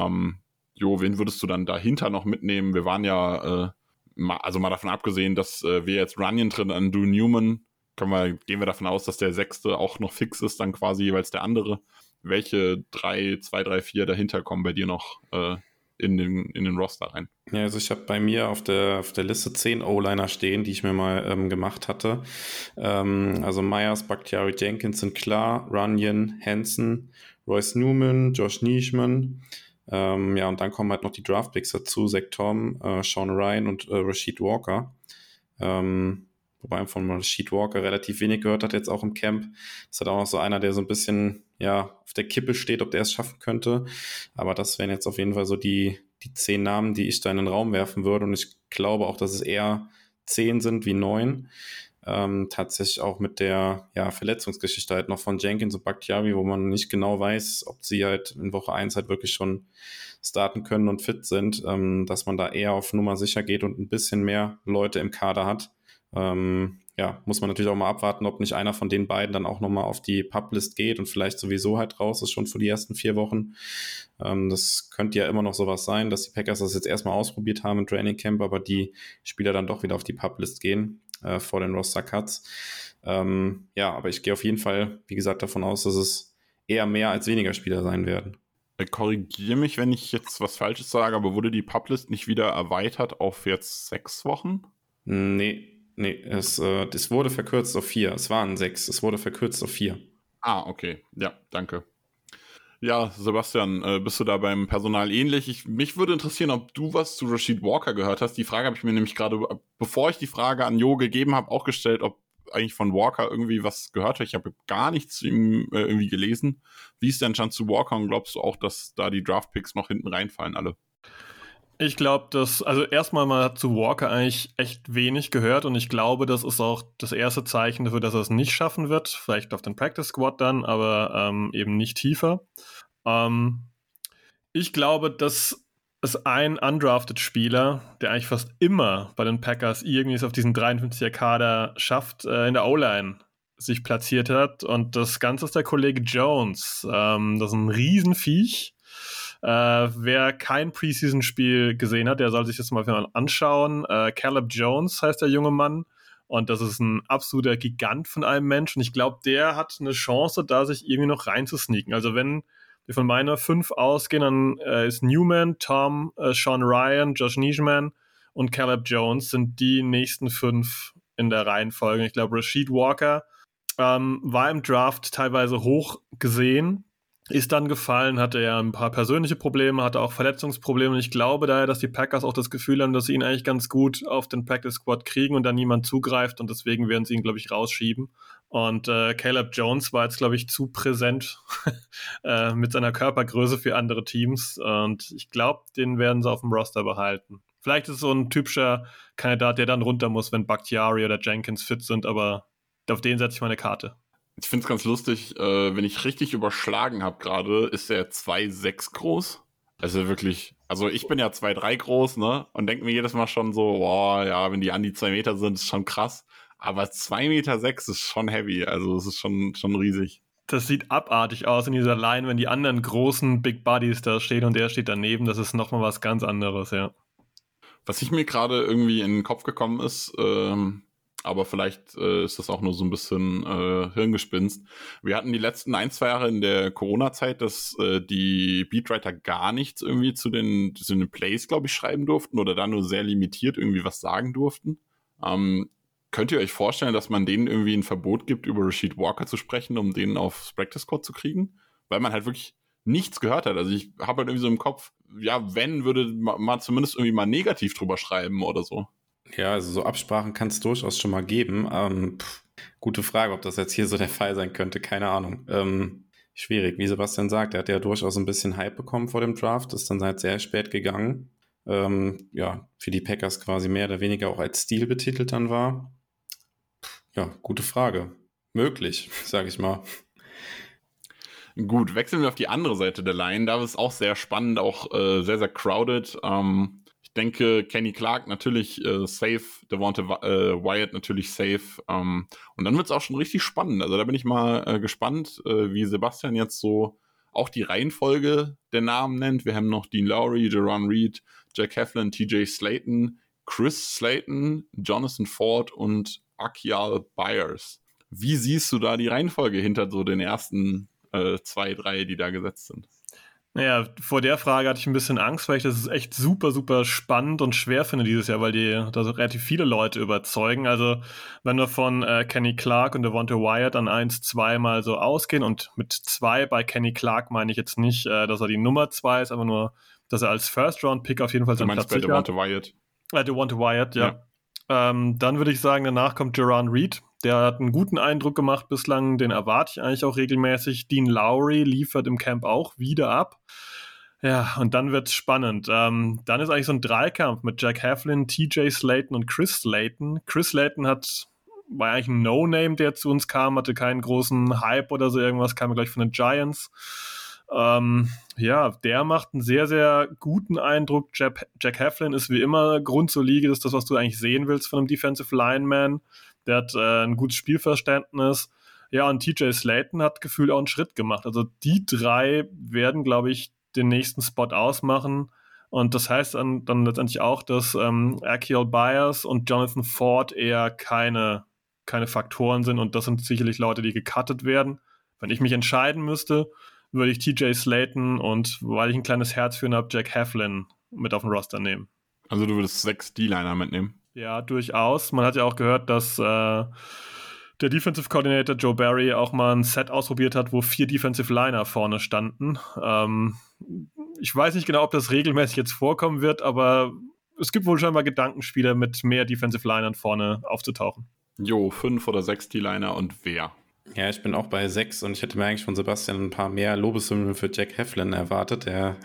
Wen würdest du dann dahinter noch mitnehmen? Wir waren ja, mal davon abgesehen, dass wir jetzt Runyon drin an Drew Newman, gehen wir davon aus, dass der 6. auch noch fix ist, dann quasi jeweils der andere. Welche 2, 3, 4 dahinter kommen bei dir noch in den Roster rein? Ja, also ich habe bei mir auf der Liste 10 O-Liner stehen, die ich mir mal gemacht hatte. Also Myers, Bakhtiari, Jenkins sind klar, Runyon, Hanson, Royce Newman, Josh Nijman. Und dann kommen halt noch die Draftpicks dazu, Zach Tom, Sean Ryan und Rashid Walker. Wobei man von Rashid Walker relativ wenig gehört hat jetzt auch im Camp. Das ist halt auch noch so einer, der so ein bisschen auf der Kippe steht, ob der es schaffen könnte. Aber das wären jetzt auf jeden Fall so die 10 Namen, die ich da in den Raum werfen würde. Und ich glaube auch, dass es eher 10 sind wie 9. Tatsächlich auch mit der Verletzungsgeschichte halt noch von Jenkins und Bakhtiari, wo man nicht genau weiß, ob sie halt in Woche 1 halt wirklich schon starten können und fit sind, dass man da eher auf Nummer sicher geht und ein bisschen mehr Leute im Kader hat. Muss man natürlich auch mal abwarten, ob nicht einer von den beiden dann auch nochmal auf die Publist geht und vielleicht sowieso halt raus ist schon für die ersten 4 Wochen. Das könnte ja immer noch sowas sein, dass die Packers das jetzt erstmal ausprobiert haben im Training Camp, aber die Spieler dann doch wieder auf die Publist gehen vor den Roster-Cuts. Aber ich gehe auf jeden Fall, wie gesagt, davon aus, dass es eher mehr als weniger Spieler sein werden. Korrigiere mich, wenn ich jetzt was Falsches sage, aber wurde die Publist nicht wieder erweitert auf jetzt 6 Wochen? Nee, es wurde verkürzt auf 4. Es waren 6, es wurde verkürzt auf 4. Ah, okay. Ja, danke. Ja, Sebastian, bist du da beim Personal ähnlich? Mich würde interessieren, ob du was zu Rasheed Walker gehört hast. Die Frage habe ich mir nämlich gerade, bevor ich die Frage an Jo gegeben habe, auch gestellt, ob eigentlich von Walker irgendwie was gehört hat. Ich habe gar nichts zu ihm irgendwie gelesen. Wie ist denn Stand zu Walker und glaubst du auch, dass da die Draftpicks noch hinten reinfallen alle? Ich glaube, also erstmal man hat zu Walker eigentlich echt wenig gehört und ich glaube, das ist auch das erste Zeichen dafür, dass er es nicht schaffen wird. Vielleicht auf den Practice Squad dann, aber eben nicht tiefer. Ich glaube, dass es ein undrafted Spieler, der eigentlich fast immer bei den Packers irgendwie es auf diesen 53er Kader schafft, in der O-Line sich platziert hat. Und das Ganze ist der Kollege Jones. Das ist ein Riesenviech. Wer kein Preseason-Spiel gesehen hat, der soll sich das mal anschauen. Caleb Jones heißt der junge Mann. Und das ist ein absoluter Gigant von einem Menschen. Ich glaube, der hat eine Chance, da sich irgendwie noch reinzusneaken. Also wenn wir von meiner 5 ausgehen, dann ist Newman, Tom, Sean Ryan, Josh Nijman und Caleb Jones sind die nächsten 5 in der Reihenfolge. Ich glaube, Rasheed Walker war im Draft teilweise hoch gesehen, ist dann gefallen, hatte ja ein paar persönliche Probleme, hatte auch Verletzungsprobleme. Und ich glaube daher, dass die Packers auch das Gefühl haben, dass sie ihn eigentlich ganz gut auf den Practice Squad kriegen und dann niemand zugreift. Und deswegen werden sie ihn, glaube ich, rausschieben. Und Caleb Jones war jetzt, glaube ich, zu präsent mit seiner Körpergröße für andere Teams. Und ich glaube, den werden sie auf dem Roster behalten. Vielleicht ist es so ein typischer Kandidat, der dann runter muss, wenn Bakhtiari oder Jenkins fit sind. Aber auf den setze ich meine Karte. Ich finde es ganz lustig, wenn ich richtig überschlagen habe gerade, ist er 2,6 groß. Also wirklich, also ich bin ja 2,3 groß, ne? Und denke mir jedes Mal schon so, boah, ja, wenn die an die 2 Meter sind, ist schon krass. Aber 2,6 Meter ist schon heavy, also es ist schon riesig. Das sieht abartig aus in dieser Line, wenn die anderen großen Big Buddies da stehen und der steht daneben, das ist nochmal was ganz anderes, ja. Was ich mir gerade irgendwie in den Kopf gekommen ist, aber vielleicht ist das auch nur so ein bisschen Hirngespinst. Wir hatten die letzten 1-2 Jahre in der Corona-Zeit, dass die Beatwriter gar nichts irgendwie zu den Plays, glaube ich, schreiben durften oder da nur sehr limitiert irgendwie was sagen durften. Könnt ihr euch vorstellen, dass man denen irgendwie ein Verbot gibt, über Rasheed Walker zu sprechen, um den aufs Practice Squad zu kriegen? Weil man halt wirklich nichts gehört hat. Also ich habe halt irgendwie so im Kopf, ja, wenn, würde man zumindest irgendwie mal negativ drüber schreiben oder so. Ja, also so Absprachen kann es durchaus schon mal geben. Gute Frage, ob das jetzt hier so der Fall sein könnte, keine Ahnung. Schwierig, wie Sebastian sagt, er hat ja durchaus ein bisschen Hype bekommen vor dem Draft, ist dann halt sehr spät gegangen. Ja, für die Packers quasi mehr oder weniger auch als Stil betitelt dann war. Ja, gute Frage. Möglich, sage ich mal. Gut, wechseln wir auf die andere Seite der Line. Da ist auch sehr spannend, auch sehr, sehr crowded. Ich denke, Kenny Clark natürlich safe, Devonte Wyatt natürlich safe. Und dann wird es auch schon richtig spannend. Also da bin ich mal gespannt, wie Sebastian jetzt so auch die Reihenfolge der Namen nennt. Wir haben noch Dean Lowry, Jaron Reed, Jack Heflin, TJ Slaton, Chris Slayton, Jonathan Ford und Akial Byers. Wie siehst du da die Reihenfolge hinter so den ersten 2, 3, die da gesetzt sind? Naja, vor der Frage hatte ich ein bisschen Angst, weil ich das echt super, super spannend und schwer finde dieses Jahr, weil da so relativ viele Leute überzeugen. Also wenn wir von Kenny Clark und Devonte Wyatt an 1, 2 mal so ausgehen und mit 2 bei Kenny Clark meine ich jetzt nicht, dass er die Nummer 2 ist, aber nur, dass er als First-Round-Pick auf jeden Fall seinen Platz sichert. Devonte Wyatt? Devonte Wyatt, ja. Dann würde ich sagen, danach kommt Jaron Reed. Der hat einen guten Eindruck gemacht bislang, den erwarte ich eigentlich auch regelmäßig. Dean Lowry liefert im Camp auch wieder ab. Ja, und dann wird's spannend. Dann ist eigentlich so ein Dreikampf mit Jack Heflin, TJ Slaton und Chris Slayton. Chris Slayton war eigentlich ein No-Name, der zu uns kam, hatte keinen großen Hype oder so irgendwas, kam gleich von den Giants. Ja, der macht einen sehr, sehr guten Eindruck. Jack Heflin ist wie immer grundsolide, das ist das, was du eigentlich sehen willst von einem Defensive Lineman. Der hat ein gutes Spielverständnis. Ja, und TJ Slaton hat gefühlt auch einen Schritt gemacht. Also die 3 werden, glaube ich, den nächsten Spot ausmachen. Und das heißt dann letztendlich auch, dass Akial Byers und Jonathan Ford eher keine Faktoren sind. Und das sind sicherlich Leute, die gecuttet werden. Wenn ich mich entscheiden müsste, würde ich TJ Slaton und, weil ich ein kleines Herz für ihn habe, Jack Heflin mit auf den Roster nehmen. Also du würdest 6 D-Liner mitnehmen? Ja, durchaus. Man hat ja auch gehört, dass der Defensive Coordinator Joe Barry auch mal ein Set ausprobiert hat, wo 4 Defensive Liner vorne standen. Ich weiß nicht genau, ob das regelmäßig jetzt vorkommen wird, aber es gibt wohl scheinbar Gedankenspiele, mit mehr Defensive Linern vorne aufzutauchen. 5 oder 6 D-Liner und wer? Ja, ich bin auch bei 6 und ich hätte mir eigentlich von Sebastian ein paar mehr Lobeshymnen für Jack Heflin erwartet.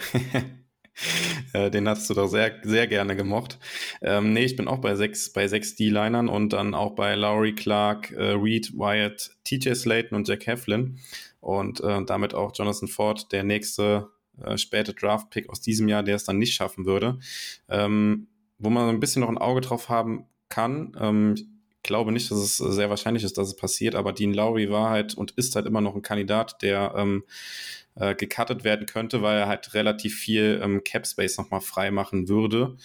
Den hast du doch sehr, sehr gerne gemocht. Nee, ich bin auch bei 6 D-Linern und dann auch bei Lowry, Clark, Reed, Wyatt, TJ Slayton und Jack Heflin und damit auch Jonathan Ford, der nächste späte Draft-Pick aus diesem Jahr, der es dann nicht schaffen würde. Wo man ein bisschen noch ein Auge drauf haben kann, ich glaube nicht, dass es sehr wahrscheinlich ist, dass es passiert, aber Dean Lowry war halt und ist halt immer noch ein Kandidat, der gecuttet werden könnte, weil er halt relativ viel Cap-Space nochmal frei machen würde.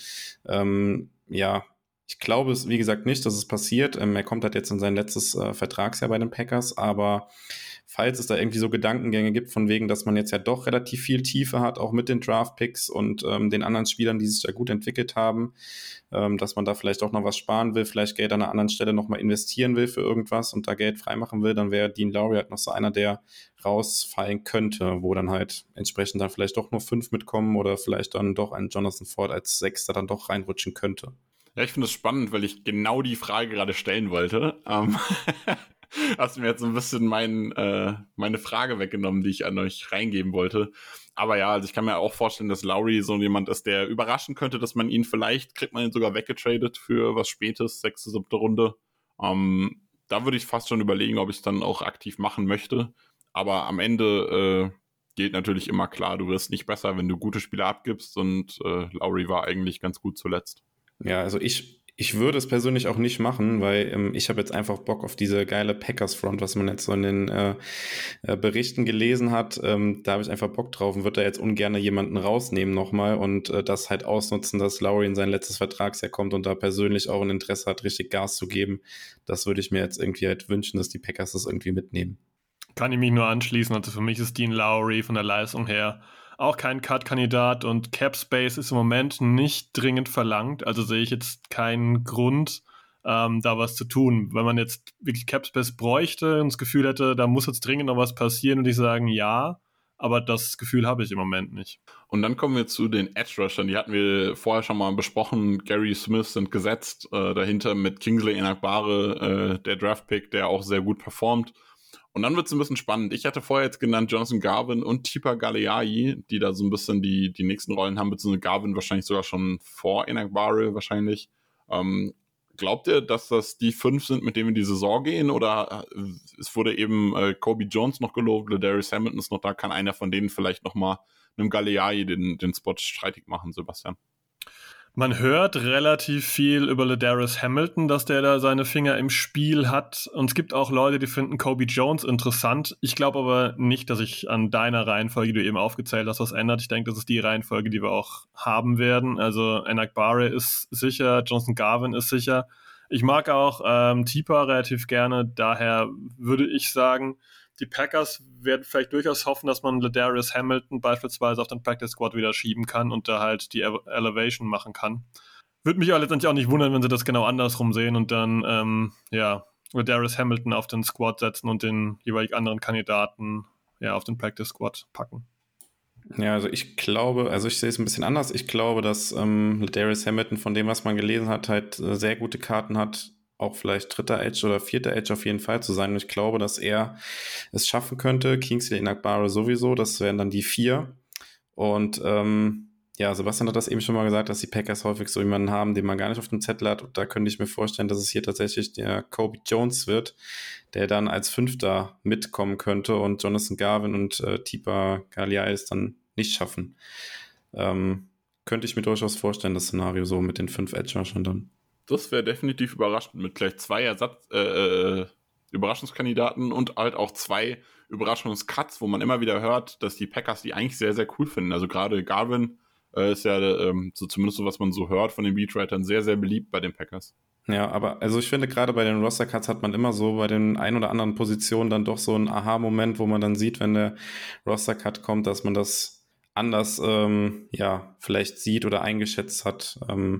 Ich glaube es, wie gesagt, nicht, dass es passiert. Er kommt halt jetzt in sein letztes Vertragsjahr bei den Packers, aber falls es da irgendwie so Gedankengänge gibt, von wegen, dass man jetzt ja doch relativ viel Tiefe hat, auch mit den Draft-Picks und den anderen Spielern, die sich da gut entwickelt haben, dass man da vielleicht auch noch was sparen will, vielleicht Geld an einer anderen Stelle nochmal investieren will für irgendwas und da Geld freimachen will, dann wäre Dean Lowry halt noch so einer, der rausfallen könnte, wo dann halt entsprechend dann vielleicht doch nur 5 mitkommen oder vielleicht dann doch ein Jonathan Ford als Sechster dann doch reinrutschen könnte. Ja, ich finde es spannend, weil ich genau die Frage gerade stellen wollte. Hast du mir jetzt so ein bisschen meine Frage weggenommen, die ich an euch reingeben wollte. Aber ja, also ich kann mir auch vorstellen, dass Lowry so jemand ist, der überraschen könnte, dass man ihn kriegt man ihn sogar weggetradet für was Spätes, 6., 7. Runde. Da würde ich fast schon überlegen, ob ich es dann auch aktiv machen möchte. Aber am Ende gilt natürlich immer klar, du wirst nicht besser, wenn du gute Spieler abgibst und Lowry war eigentlich ganz gut zuletzt. Ja, also ich würde es persönlich auch nicht machen, weil ich habe jetzt einfach Bock auf diese geile Packers-Front, was man jetzt so in den Berichten gelesen hat. Da habe ich einfach Bock drauf und würde da jetzt ungern jemanden rausnehmen nochmal und das halt ausnutzen, dass Lowry in sein letztes Vertragsjahr kommt und da persönlich auch ein Interesse hat, richtig Gas zu geben. Das würde ich mir jetzt irgendwie halt wünschen, dass die Packers das irgendwie mitnehmen. Kann ich mich nur anschließen. Also für mich ist Dean Lowry von der Leistung her auch kein Cut-Kandidat und Cap Space ist im Moment nicht dringend verlangt. Also sehe ich jetzt keinen Grund, da was zu tun. Wenn man jetzt wirklich Cap Space bräuchte und das Gefühl hätte, da muss jetzt dringend noch was passieren, würde ich sagen, ja. Aber das Gefühl habe ich im Moment nicht. Und dann kommen wir zu den Edge-Rushern. Die hatten wir vorher schon mal besprochen. Gary Smith sind gesetzt. Dahinter mit Kingsley Enagbare, der Draft-Pick, der auch sehr gut performt. Und dann wird es ein bisschen spannend. Ich hatte vorher jetzt genannt Jonathan Garvin und Tipa Galeai, die da so ein bisschen die nächsten Rollen haben, beziehungsweise Garvin wahrscheinlich sogar schon vor Enagbare wahrscheinlich. Glaubt ihr, dass das die 5 sind, mit denen wir in die Saison gehen? Oder es wurde eben Kobe Jones noch gelobt, Ladarius Hamilton ist noch da. Kann einer von denen vielleicht nochmal einem Galeai den Spot streitig machen, Sebastian? Man hört relativ viel über Ladarius Hamilton, dass der da seine Finger im Spiel hat. Und es gibt auch Leute, die finden Kobe Jones interessant. Ich glaube aber nicht, dass sich an deiner Reihenfolge, die du eben aufgezählt hast, was ändert. Ich denke, das ist die Reihenfolge, die wir auch haben werden. Also Enagbare ist sicher, Jonathan Garvin ist sicher. Ich mag auch Tipa relativ gerne. Daher würde ich sagen, die Packers werden vielleicht durchaus hoffen, dass man Ladarius Hamilton beispielsweise auf den Practice Squad wieder schieben kann und da halt die Elevation machen kann. Würde mich aber letztendlich auch nicht wundern, wenn sie das genau andersrum sehen und dann Ladarius Hamilton auf den Squad setzen und den jeweilig anderen Kandidaten auf den Practice Squad packen. Ja, also ich sehe es ein bisschen anders. Ich glaube, dass Ladarius Hamilton von dem, was man gelesen hat, halt sehr gute Karten hat, auch vielleicht 3. Edge oder 4. Edge auf jeden Fall zu sein. Und ich glaube, dass er es schaffen könnte. Kingsley Enagbare sowieso, das wären dann die 4. Und Sebastian hat das eben schon mal gesagt, dass die Packers häufig so jemanden haben, den man gar nicht auf dem Zettel hat. Und da könnte ich mir vorstellen, dass es hier tatsächlich der Kobe Jones wird, der dann als 5. mitkommen könnte und Jonathan Garvin und Tipa Galeai es dann nicht schaffen. Könnte ich mir durchaus vorstellen, das Szenario so mit den 5 Edge-Rushern dann. Das wäre definitiv überraschend mit gleich 2 Überraschungskandidaten und halt auch 2 Überraschungscuts, wo man immer wieder hört, dass die Packers die eigentlich sehr, sehr cool finden. Also gerade Garvin ist ja so zumindest so, was man so hört von den Beatwritern, sehr, sehr beliebt bei den Packers. Ja, aber also ich finde, gerade bei den Roster-Cuts hat man immer so bei den ein oder anderen Positionen dann doch so einen Aha-Moment, wo man dann sieht, wenn der Roster-Cut kommt, dass man das anders vielleicht sieht oder eingeschätzt hat.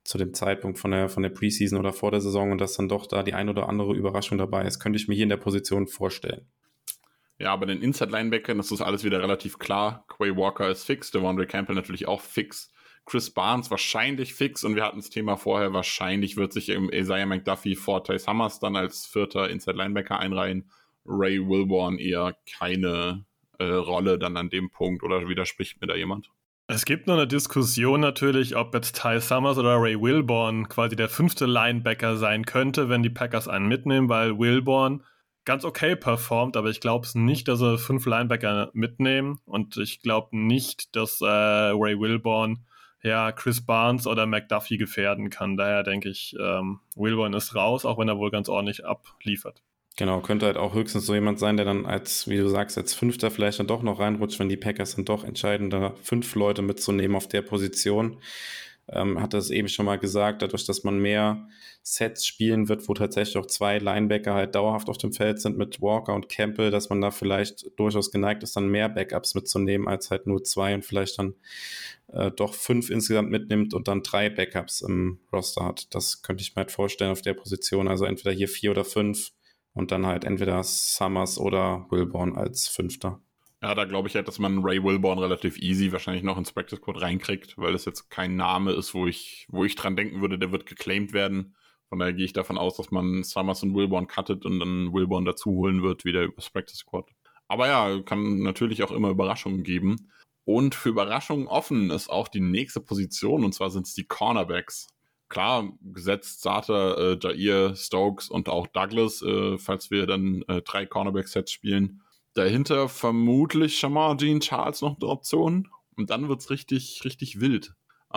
zu dem Zeitpunkt von der Preseason oder vor der Saison und dass dann doch da die ein oder andere Überraschung dabei ist, könnte ich mir hier in der Position vorstellen. Ja, bei den Inside-Linebackern ist das alles wieder relativ klar. Quay Walker ist fix, Devondre Campbell natürlich auch fix, Chris Barnes wahrscheinlich fix und wir hatten das Thema vorher, wahrscheinlich wird sich Isaiah McDuffie vor Ty Summers dann als 4. Inside-Linebacker einreihen. Ray Wilborn eher keine Rolle dann an dem Punkt, oder widerspricht mir da jemand? Es gibt noch eine Diskussion natürlich, ob jetzt Ty Summers oder Ray Wilborn quasi der 5. Linebacker sein könnte, wenn die Packers einen mitnehmen, weil Wilborn ganz okay performt, aber ich glaube es nicht, dass er 5 Linebacker mitnehmen und ich glaube nicht, dass Ray Wilborn Chris Barnes oder McDuffie gefährden kann. Daher denke ich, Wilborn ist raus, auch wenn er wohl ganz ordentlich abliefert. Genau, könnte halt auch höchstens so jemand sein, der dann wie du sagst, als 5. vielleicht dann doch noch reinrutscht, wenn die Packers dann doch entscheiden, da 5 Leute mitzunehmen auf der Position. Hat das eben schon mal gesagt, dadurch, dass man mehr Sets spielen wird, wo tatsächlich auch 2 Linebacker halt dauerhaft auf dem Feld sind mit Walker und Campbell, dass man da vielleicht durchaus geneigt ist, dann mehr Backups mitzunehmen, als halt nur 2 und vielleicht dann doch 5 insgesamt mitnimmt und dann 3 Backups im Roster hat. Das könnte ich mir halt vorstellen auf der Position, also entweder hier 4 oder 5 und dann halt entweder Summers oder Wilborn als 5. Ja, da glaube ich halt, dass man Ray Wilborn relativ easy wahrscheinlich noch ins Practice Squad reinkriegt, weil es jetzt kein Name ist, wo ich dran denken würde, der wird geclaimed werden. Von daher gehe ich davon aus, dass man Summers und Wilborn cuttet und dann Wilborn dazu holen wird, wieder übers Practice Squad. Aber ja, kann natürlich auch immer Überraschungen geben. Und für Überraschungen offen ist auch die nächste Position, und zwar sind es die Cornerbacks. Klar, gesetzt Sata, Jair, Stokes und auch Douglas, falls wir dann 3 Cornerback-Sets spielen. Dahinter vermutlich Shamar Jean Charles noch eine Option. Und dann wird's richtig, richtig wild.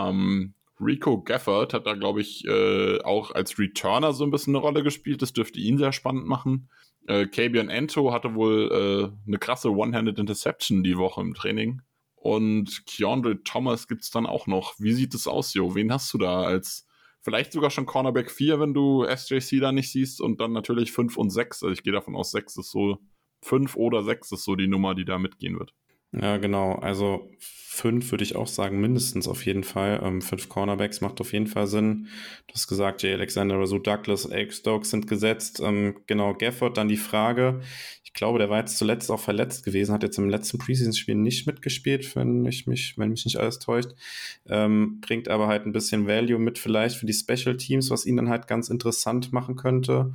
Rico Gafford hat da, glaube ich, auch als Returner so ein bisschen eine Rolle gespielt. Das dürfte ihn sehr spannend machen. Kabion Ento hatte wohl eine krasse One-Handed Interception die Woche im Training. Und Keandre Thomas gibt's dann auch noch. Wie sieht es aus, Jo? Wen hast du da als vielleicht sogar schon Cornerback 4, wenn du SJC da nicht siehst? Und dann natürlich 5 und 6. Also ich gehe davon aus, 6 ist so 5 oder 6 ist so die Nummer, die da mitgehen wird. Ja, genau. Also 5 würde ich auch sagen, mindestens auf jeden Fall. 5 Cornerbacks macht auf jeden Fall Sinn. Du hast gesagt, Jay Alexander, Rasul Douglas, Eric Stokes sind gesetzt. Genau, Gafford, dann die Frage. Ich glaube, der war jetzt zuletzt auch verletzt gewesen, hat jetzt im letzten Preseason-Spiel nicht mitgespielt, wenn mich nicht alles täuscht. Bringt aber halt ein bisschen Value mit vielleicht für die Special Teams, was ihn dann halt ganz interessant machen könnte.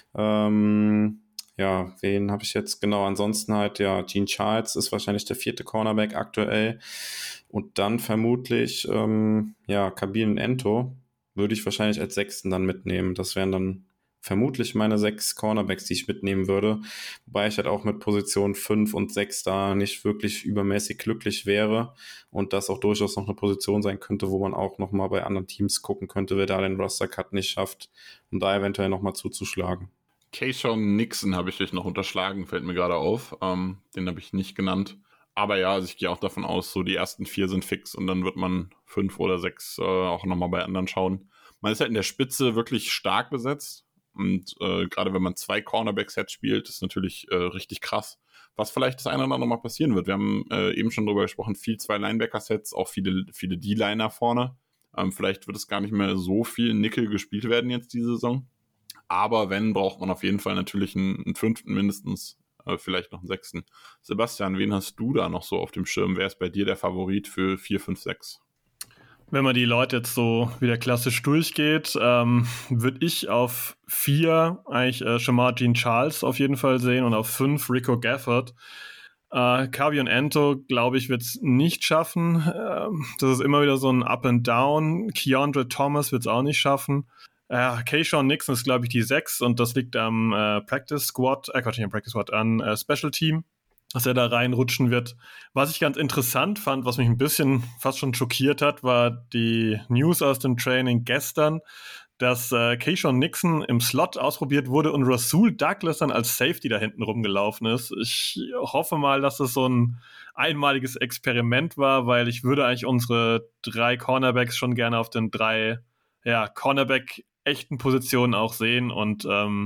Ja, wen habe ich jetzt genau? Ansonsten halt, ja, Jean Charles ist wahrscheinlich der 4. Cornerback aktuell. Und dann vermutlich, Kabion Ento würde ich wahrscheinlich als 6. dann mitnehmen. Das wären dann vermutlich meine 6 Cornerbacks, die ich mitnehmen würde. Wobei ich halt auch mit Position 5 und 6 da nicht wirklich übermäßig glücklich wäre. Und das auch durchaus noch eine Position sein könnte, wo man auch nochmal bei anderen Teams gucken könnte, wer da den Roster-Cut nicht schafft, um da eventuell nochmal zuzuschlagen. Keyshawn Nixon habe ich dich noch unterschlagen, fällt mir gerade auf. Den habe ich nicht genannt. Aber ja, also ich gehe auch davon aus, so die ersten 4 sind fix und dann wird man 5 oder 6 auch nochmal bei anderen schauen. Man ist halt in der Spitze wirklich stark besetzt. Und gerade wenn man 2 Cornerback-Sets spielt, ist natürlich richtig krass. Was vielleicht das eine oder andere mal passieren wird. Wir haben eben schon drüber gesprochen, viel 2 Linebacker-Sets, auch viele D-Liner vorne. Vielleicht wird es gar nicht mehr so viel Nickel gespielt werden jetzt diese Saison. Aber wenn, braucht man auf jeden Fall natürlich einen 5. mindestens, vielleicht noch einen 6. Sebastian, wen hast du da noch so auf dem Schirm? Wer ist bei dir der Favorit für 4, 5, 6? Wenn man die Leute jetzt so wieder klassisch durchgeht, würde ich auf 4 eigentlich Shamar Jean Charles auf jeden Fall sehen und auf 5 Rico Gafford. Kabion Ento, glaube ich, wird es nicht schaffen. Das ist immer wieder so ein Up and Down. Keandre Thomas wird es auch nicht schaffen. Keyshawn Nixon ist, glaube ich, die 6 und das liegt am Practice Squad, an Special Team, dass er da reinrutschen wird. Was ich ganz interessant fand, was mich ein bisschen fast schon schockiert hat, war die News aus dem Training gestern, dass Keyshawn Nixon im Slot ausprobiert wurde und Rasul Douglas dann als Safety da hinten rumgelaufen ist. Ich hoffe mal, dass das so ein einmaliges Experiment war, weil ich würde eigentlich unsere 3 Cornerbacks schon gerne auf den 3 Cornerback-echten Positionen auch sehen und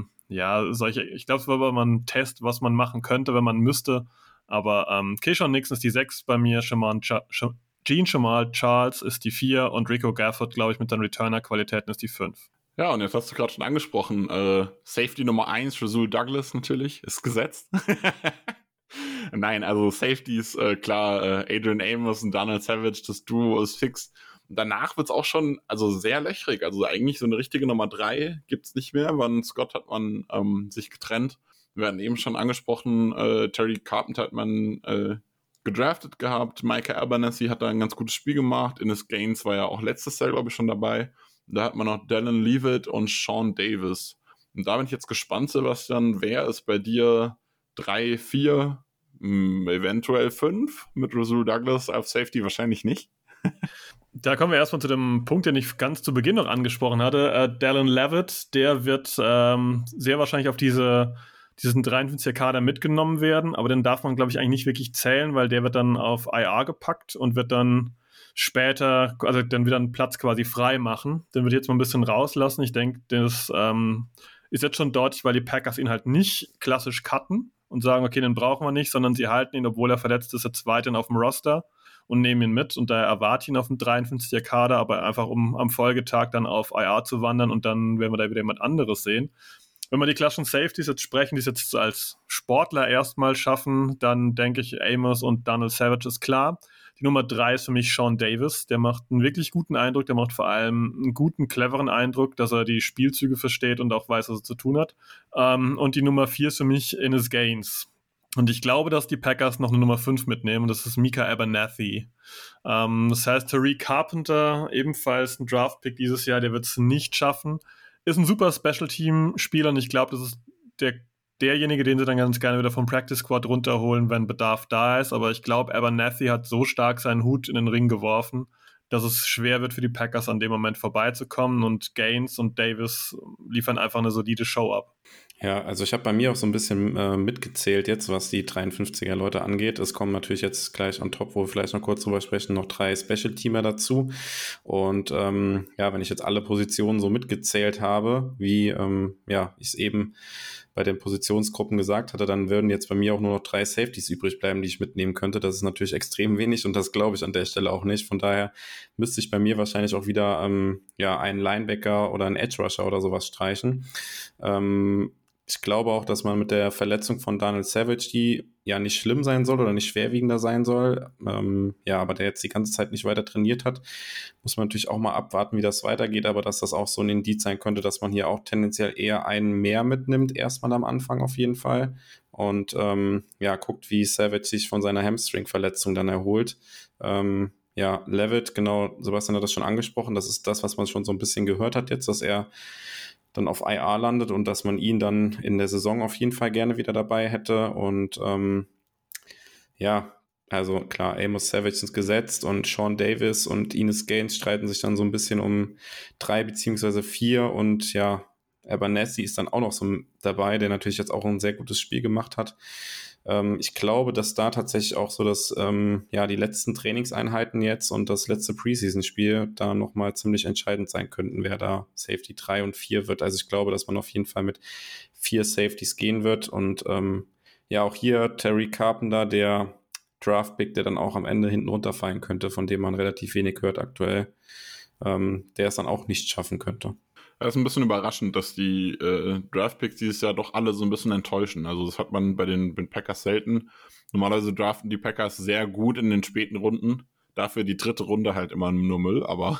ich glaube, es war aber mal ein Test, was man machen könnte, wenn man müsste, aber Keyshawn Nixon ist die 6 bei mir, Shamar Gene Jamal Charles ist die 4 und Rico Gafford, glaube ich, mit seinen Returner-Qualitäten ist die 5. Ja, und jetzt hast du gerade schon angesprochen, Safety Nummer 1, Rasul Douglas natürlich, ist gesetzt. Nein, also Safety ist klar, Adrian Amos und Donald Savage, das Duo ist fix. Und danach wird's auch schon sehr löchrig, also eigentlich so eine richtige Nummer 3 gibt's nicht mehr, weil Scott hat man sich getrennt. Wir hatten eben schon angesprochen, Terry Carpenter hat man gedraftet gehabt, Micah Abernathy hat da ein ganz gutes Spiel gemacht, Innis Gaines war ja auch letztes Jahr, glaube ich, schon dabei. Da hat man noch Dallin Leavitt und Sean Davis. Und da bin ich jetzt gespannt, Sebastian, wer ist bei dir 3, 4, eventuell 5 mit Rasul Douglas auf Safety? Wahrscheinlich nicht. Da kommen wir erstmal zu dem Punkt, den ich ganz zu Beginn noch angesprochen hatte. Dallin Leavitt, der wird sehr wahrscheinlich auf diesen 53er Kader mitgenommen werden, aber den darf man, glaube ich, eigentlich nicht wirklich zählen, weil der wird dann auf IR gepackt und wird dann später, also dann wieder einen Platz quasi frei machen. Den wird jetzt mal ein bisschen rauslassen. Ich denke, das ist jetzt schon deutlich, weil die Packers ihn halt nicht klassisch cutten und sagen, okay, den brauchen wir nicht, sondern sie halten ihn, obwohl er verletzt ist, jetzt weiterhin auf dem Roster und nehmen ihn mit. Und daher erwarte ich ihn auf dem 53er Kader, aber einfach um am Folgetag dann auf IR zu wandern und dann werden wir da wieder jemand anderes sehen. Wenn wir die klassischen Safeties jetzt sprechen, die es jetzt als Sportler erstmal schaffen, dann denke ich, Amos und Donald Savage ist klar. Die Nummer 3 ist für mich Sean Davis. Der macht einen wirklich guten Eindruck. Der macht vor allem einen guten, cleveren Eindruck, dass er die Spielzüge versteht und auch weiß, was er zu tun hat. Und die Nummer 4 ist für mich Innis Gaines. Und ich glaube, dass die Packers noch eine Nummer 5 mitnehmen. Und das ist Micah Abernathy. Das heißt, Tariq Carpenter, ebenfalls ein Draft-Pick dieses Jahr, der wird es nicht schaffen. Ist ein super Special-Team-Spieler und ich glaube, das ist derjenige, den sie dann ganz gerne wieder vom Practice Squad runterholen, wenn Bedarf da ist. Aber ich glaube, Abernathy hat so stark seinen Hut in den Ring geworfen, dass es schwer wird für die Packers an dem Moment vorbeizukommen und Gaines und Davis liefern einfach eine solide Show ab. Ja, also ich habe bei mir auch so ein bisschen mitgezählt jetzt, was die 53er Leute angeht. Es kommen natürlich jetzt gleich on top, wo wir vielleicht noch kurz drüber sprechen, noch 3 Special-Teamer dazu. Und wenn ich jetzt alle Positionen so mitgezählt habe, wie ich es eben bei den Positionsgruppen gesagt hatte, dann würden jetzt bei mir auch nur noch 3 Safeties übrig bleiben, die ich mitnehmen könnte. Das ist natürlich extrem wenig und das glaube ich an der Stelle auch nicht. Von daher müsste ich bei mir wahrscheinlich auch wieder einen Linebacker oder einen Edge-Rusher oder sowas streichen. Ich glaube auch, dass man mit der Verletzung von Donald Savage, die ja nicht schlimm sein soll oder nicht schwerwiegender sein soll, aber der jetzt die ganze Zeit nicht weiter trainiert hat, muss man natürlich auch mal abwarten, wie das weitergeht, aber dass das auch so ein Indiz sein könnte, dass man hier auch tendenziell eher einen mehr mitnimmt, erstmal am Anfang auf jeden Fall und guckt, wie Savage sich von seiner Hamstring-Verletzung dann erholt. Leavitt, genau, Sebastian hat das schon angesprochen, das ist das, was man schon so ein bisschen gehört hat jetzt, dass er dann auf IR landet und dass man ihn dann in der Saison auf jeden Fall gerne wieder dabei hätte und also klar, Amos Savage ist gesetzt und Sean Davis und Innis Gaines streiten sich dann so ein bisschen um 3 beziehungsweise 4 und Abernathy ist dann auch noch so dabei, der natürlich jetzt auch ein sehr gutes Spiel gemacht hat. Ich glaube, dass da tatsächlich auch so die letzten Trainingseinheiten jetzt und das letzte Preseason-Spiel da nochmal ziemlich entscheidend sein könnten, wer da Safety 3 und 4 wird. Also ich glaube, dass man auf jeden Fall mit 4 Safeties gehen wird und auch hier Terry Carpenter, der Draft-Pick, der dann auch am Ende hinten runterfallen könnte, von dem man relativ wenig hört aktuell, der es dann auch nicht schaffen könnte. Es ist ein bisschen überraschend, dass die Draft-Picks dieses Jahr doch alle so ein bisschen enttäuschen. Also das hat man bei den Packers selten. Normalerweise draften die Packers sehr gut in den späten Runden. Dafür die 3. Runde halt immer nur Müll, aber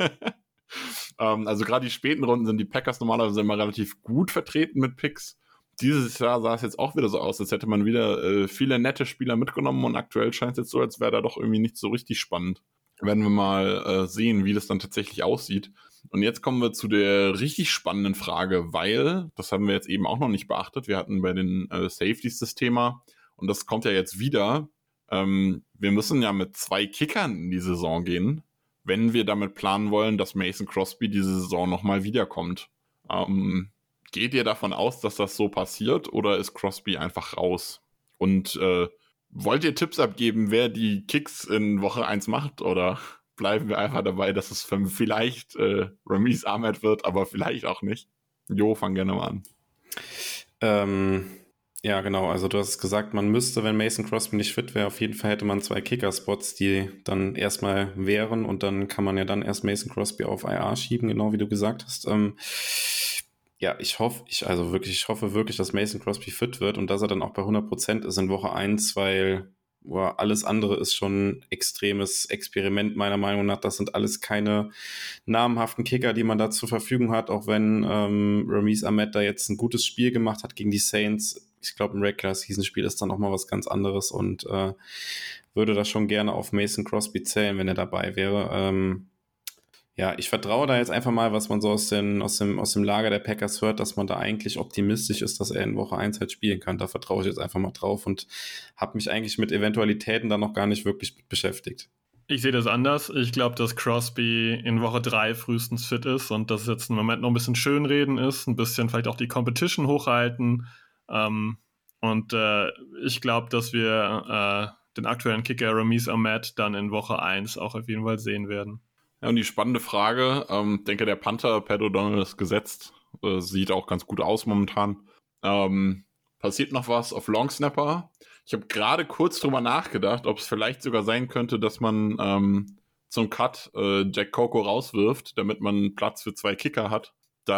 also gerade die späten Runden sind die Packers normalerweise immer relativ gut vertreten mit Picks. Dieses Jahr sah es jetzt auch wieder so aus, als hätte man wieder viele nette Spieler mitgenommen und aktuell scheint es jetzt so, als wäre da doch irgendwie nicht so richtig spannend. Werden wir mal sehen, wie das dann tatsächlich aussieht. Und jetzt kommen wir zu der richtig spannenden Frage, weil, das haben wir jetzt eben auch noch nicht beachtet, wir hatten bei den Safeties das Thema und das kommt ja jetzt wieder. Wir müssen ja mit 2 Kickern in die Saison gehen, wenn wir damit planen wollen, dass Mason Crosby diese Saison nochmal wiederkommt. Geht ihr davon aus, dass das so passiert oder ist Crosby einfach raus? Und wollt ihr Tipps abgeben, wer die Kicks in Woche 1 macht oder bleiben wir einfach dabei, dass es vielleicht Ramiz Ahmed wird, aber vielleicht auch nicht? Jo, fang gerne mal an. Ja, genau. Also du hast gesagt, man müsste, wenn Mason Crosby nicht fit wäre, auf jeden Fall hätte man 2 Kicker-Spots, die dann erstmal wären und dann kann man ja dann erst Mason Crosby auf IR schieben, genau wie du gesagt hast. Ja, ich hoffe wirklich, dass Mason Crosby fit wird und dass er dann auch bei 100% ist in Woche 1, weil alles andere ist schon extremes Experiment meiner Meinung nach. Das sind alles keine namhaften Kicker, die man da zur Verfügung hat, auch wenn Ramiz Ahmed da jetzt ein gutes Spiel gemacht hat gegen die Saints. Ich glaube, im Regular-Season-Spiel ist dann auch mal was ganz anderes und würde da schon gerne auf Mason Crosby zählen, wenn er dabei wäre. Ja, ich vertraue da jetzt einfach mal, was man so aus dem Lager der Packers hört, dass man da eigentlich optimistisch ist, dass er in Woche 1 halt spielen kann. Da vertraue ich jetzt einfach mal drauf und habe mich eigentlich mit Eventualitäten da noch gar nicht wirklich beschäftigt. Ich sehe das anders. Ich glaube, dass Crosby in Woche 3 frühestens fit ist und dass es jetzt im Moment noch ein bisschen schönreden ist, ein bisschen vielleicht auch die Competition hochhalten. Ich glaube, dass wir den aktuellen Kicker Ramiz Ahmed dann in Woche 1 auch auf jeden Fall sehen werden. Ja, und die spannende Frage, denke, der Panther Pat O'Donnell ist gesetzt, sieht auch ganz gut aus momentan. Passiert noch was auf Long Snapper? Ich habe gerade kurz drüber nachgedacht, ob es vielleicht sogar sein könnte, dass man zum Cut Jack Coco rauswirft, damit man Platz für 2 Kicker hat.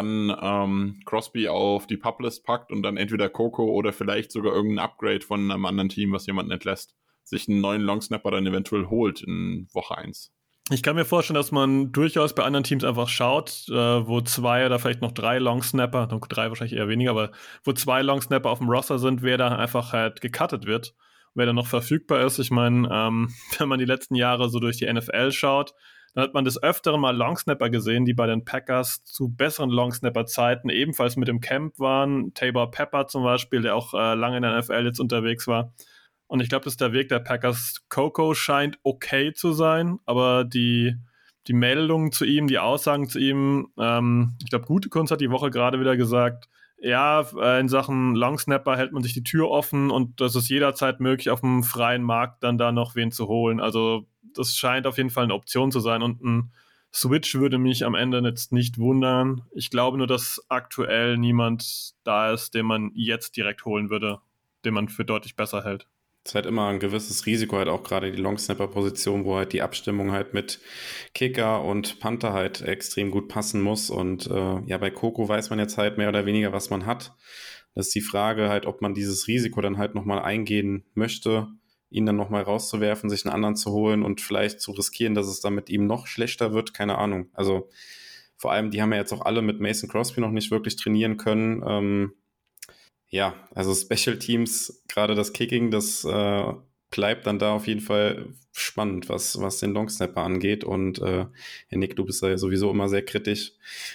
Dann Crosby auf die Pup-List packt und dann entweder Coco oder vielleicht sogar irgendein Upgrade von einem anderen Team, was jemanden entlässt, sich einen neuen Long Snapper dann eventuell holt in Woche 1. Ich kann mir vorstellen, dass man durchaus bei anderen Teams einfach schaut, wo 2 oder vielleicht noch 3 Longsnapper, 3 wahrscheinlich eher weniger, aber wo 2 Longsnapper auf dem Roster sind, wer da einfach halt gecuttet wird, wer da noch verfügbar ist. Ich meine, wenn man die letzten Jahre so durch die NFL schaut, dann hat man des Öfteren mal Longsnapper gesehen, die bei den Packers zu besseren Longsnapper-Zeiten ebenfalls mit im Camp waren. Tabor Pepper zum Beispiel, der auch lange in der NFL jetzt unterwegs war. Und ich glaube, dass der Weg der Packers Coco scheint okay zu sein, aber die Meldungen zu ihm, die Aussagen zu ihm, ich glaube, Gutekunst hat die Woche gerade wieder gesagt, ja, in Sachen Longsnapper hält man sich die Tür offen und das ist jederzeit möglich, auf dem freien Markt dann da noch wen zu holen. Also das scheint auf jeden Fall eine Option zu sein und ein Switch würde mich am Ende jetzt nicht wundern. Ich glaube nur, dass aktuell niemand da ist, den man jetzt direkt holen würde, den man für deutlich besser hält. Es ist halt immer ein gewisses Risiko, halt auch gerade die Longsnapper-Position, wo halt die Abstimmung halt mit Kicker und Panther halt extrem gut passen muss. Und ja, bei Coco weiß man jetzt halt mehr oder weniger, was man hat. Das ist die Frage halt, ob man dieses Risiko dann halt nochmal eingehen möchte, ihn dann nochmal rauszuwerfen, sich einen anderen zu holen und vielleicht zu riskieren, dass es dann mit ihm noch schlechter wird. Keine Ahnung. Also vor allem, die haben ja jetzt auch alle mit Mason Crosby noch nicht wirklich trainieren können. Ja, also Special Teams, gerade das Kicking, das bleibt dann da auf jeden Fall spannend, was den Longsnapper angeht. Und Nick, du bist ja sowieso immer sehr kritisch.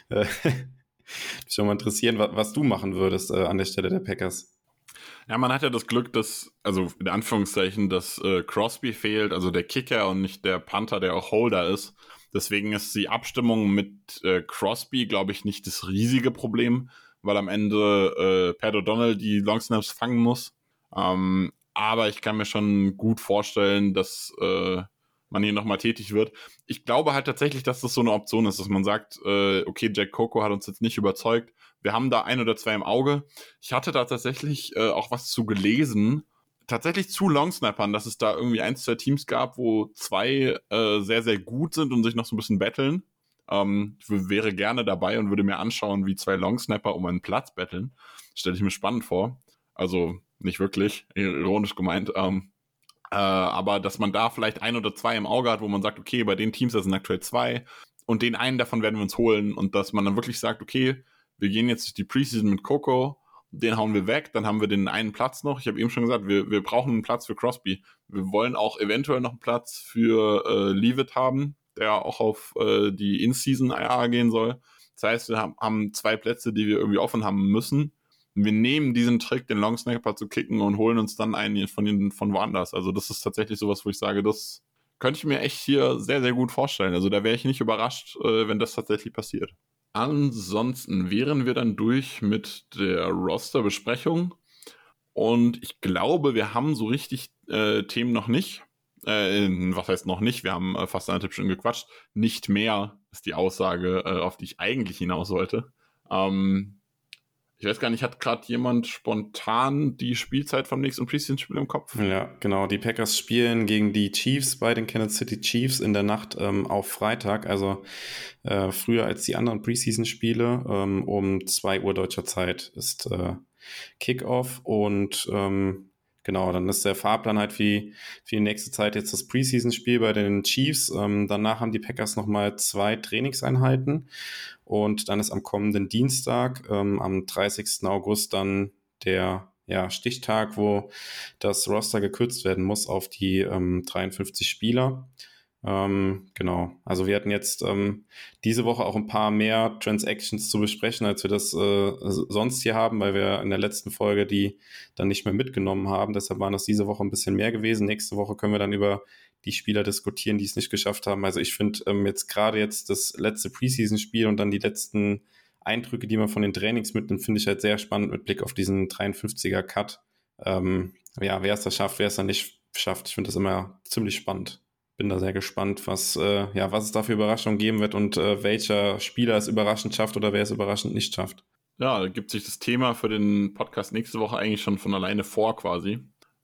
Mich schon mal interessieren, was du machen würdest an der Stelle der Packers. Ja, man hat ja das Glück, dass, also in Anführungszeichen, dass Crosby fehlt, also der Kicker und nicht der Panther, der auch Holder ist. Deswegen ist die Abstimmung mit Crosby, glaube ich, nicht das riesige Problem, weil am Ende Pat O'Donnell die Longsnaps fangen muss. Aber ich kann mir schon gut vorstellen, dass man hier nochmal tätig wird. Ich glaube halt tatsächlich, dass das so eine Option ist, dass man sagt, okay, Jack Coco hat uns jetzt nicht überzeugt. Wir haben da 1 oder 2 im Auge. Ich hatte da tatsächlich auch was zu gelesen, tatsächlich zu Longsnappern, dass es da irgendwie 1, 2 Teams gab, wo 2 sehr, sehr gut sind und sich noch so ein bisschen battlen. Ich wäre gerne dabei und würde mir anschauen, wie 2 Longsnapper um einen Platz battlen. Stelle ich mir spannend vor. Also nicht wirklich, ironisch gemeint. Aber dass man da vielleicht 1 oder 2 im Auge hat, wo man sagt, okay, bei den Teams, da sind aktuell 2 und den einen davon werden wir uns holen und dass man dann wirklich sagt, okay, wir gehen jetzt durch die Preseason mit Coco, den hauen wir weg, dann haben wir den einen Platz noch. Ich habe eben schon gesagt, wir brauchen einen Platz für Crosby. Wir wollen auch eventuell noch einen Platz für Leavitt haben, der auch auf die In-Season IR gehen soll. Das heißt, wir haben 2 Plätze, die wir irgendwie offen haben müssen. Wir nehmen diesen Trick, den Longsnapper zu kicken und holen uns dann einen von woanders. Also das ist tatsächlich sowas, wo ich sage, das könnte ich mir echt hier sehr, sehr gut vorstellen. Also da wäre ich nicht überrascht, wenn das tatsächlich passiert. Ansonsten wären wir dann durch mit der Roster-Besprechung. Und ich glaube, wir haben so richtig Themen noch nicht. Was heißt noch nicht? Wir haben fast 1 Tipp schon gequatscht. Nicht mehr ist die Aussage, auf die ich eigentlich hinaus wollte. Ich weiß gar nicht, hat gerade jemand spontan die Spielzeit vom nächsten Preseason-Spiel im Kopf? Ja, genau. Die Packers spielen gegen die Chiefs bei den Kansas City Chiefs in der Nacht auf Freitag, also früher als die anderen Preseason-Spiele. Um 2 Uhr deutscher Zeit ist Kickoff und genau, dann ist der Fahrplan halt für die nächste Zeit jetzt das Preseason-Spiel bei den Chiefs. Danach haben die Packers nochmal 2 Trainingseinheiten und dann ist am kommenden Dienstag, am 30. August, dann der Stichtag, wo das Roster gekürzt werden muss auf die 53 Spieler. Genau, also wir hatten jetzt diese Woche auch ein paar mehr Transactions zu besprechen, als wir das sonst hier haben, weil wir in der letzten Folge die dann nicht mehr mitgenommen haben. Deshalb waren das diese Woche ein bisschen mehr gewesen. Nächste Woche können wir dann über die Spieler diskutieren, die es nicht geschafft haben. Also ich finde jetzt gerade das letzte Preseason-Spiel und dann die letzten Eindrücke, die man von den Trainings mitnimmt, finde ich halt sehr spannend mit Blick auf diesen 53er-Cut. Wer es da schafft, wer es dann nicht schafft. Ich finde das immer ziemlich spannend. Bin da sehr gespannt, was es da für Überraschungen geben wird und welcher Spieler es überraschend schafft oder wer es überraschend nicht schafft. Ja, da gibt sich das Thema für den Podcast nächste Woche eigentlich schon von alleine vor quasi.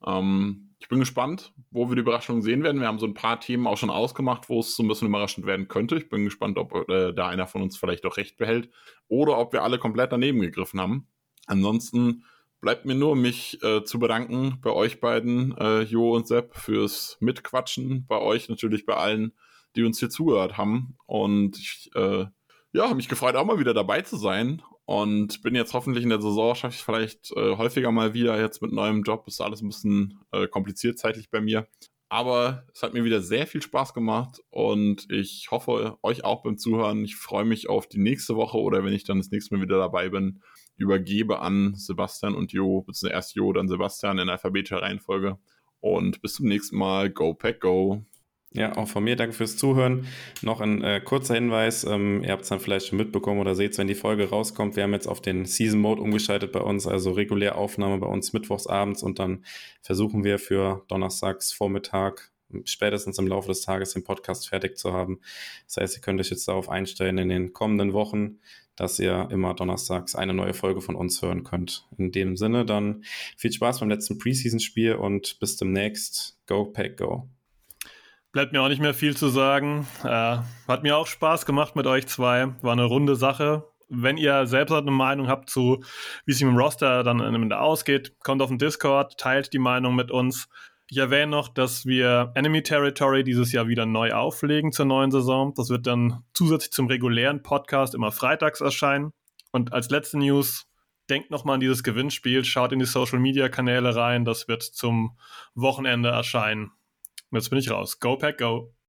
Ich bin gespannt, wo wir die Überraschungen sehen werden. Wir haben so ein paar Themen auch schon ausgemacht, wo es so ein bisschen überraschend werden könnte. Ich bin gespannt, ob da einer von uns vielleicht auch recht behält oder ob wir alle komplett daneben gegriffen haben. Ansonsten bleibt mir nur, mich zu bedanken bei euch beiden, Jo und Sepp, fürs Mitquatschen. Bei euch natürlich, bei allen, die uns hier zugehört haben. Und ich habe mich gefreut, auch mal wieder dabei zu sein. Und bin jetzt hoffentlich in der Saison, schaffe ich vielleicht häufiger mal wieder jetzt mit neuem Job. Ist alles ein bisschen kompliziert zeitlich bei mir. Aber es hat mir wieder sehr viel Spaß gemacht und ich hoffe, euch auch beim Zuhören. Ich freue mich auf die nächste Woche oder wenn ich dann das nächste Mal wieder dabei bin, übergebe an Sebastian und Jo, beziehungsweise erst Jo, dann Sebastian in alphabetischer Reihenfolge. Und bis zum nächsten Mal. Go Pack Go! Ja, auch von mir danke fürs Zuhören. Noch ein kurzer Hinweis, ihr habt es dann vielleicht schon mitbekommen oder seht es, wenn die Folge rauskommt. Wir haben jetzt auf den Season Mode umgeschaltet bei uns, also regulär Aufnahme bei uns mittwochs abends und dann versuchen wir für donnerstags Vormittag spätestens im Laufe des Tages den Podcast fertig zu haben. Das heißt, ihr könnt euch jetzt darauf einstellen in den kommenden Wochen, dass ihr immer donnerstags eine neue Folge von uns hören könnt. In dem Sinne dann viel Spaß beim letzten Preseason-Spiel und bis demnächst. Go Pack Go! Bleibt mir auch nicht mehr viel zu sagen. Hat mir auch Spaß gemacht mit euch zwei. War eine runde Sache. Wenn ihr selbst eine Meinung habt zu, wie es mit dem Roster dann am Ende ausgeht, kommt auf den Discord, teilt die Meinung mit uns. Ich erwähne noch, dass wir Enemy Territory dieses Jahr wieder neu auflegen zur neuen Saison. Das wird dann zusätzlich zum regulären Podcast immer freitags erscheinen. Und als letzte News, denkt nochmal an dieses Gewinnspiel, schaut in die Social-Media-Kanäle rein. Das wird zum Wochenende erscheinen. Und jetzt bin ich raus. Go Pack Go!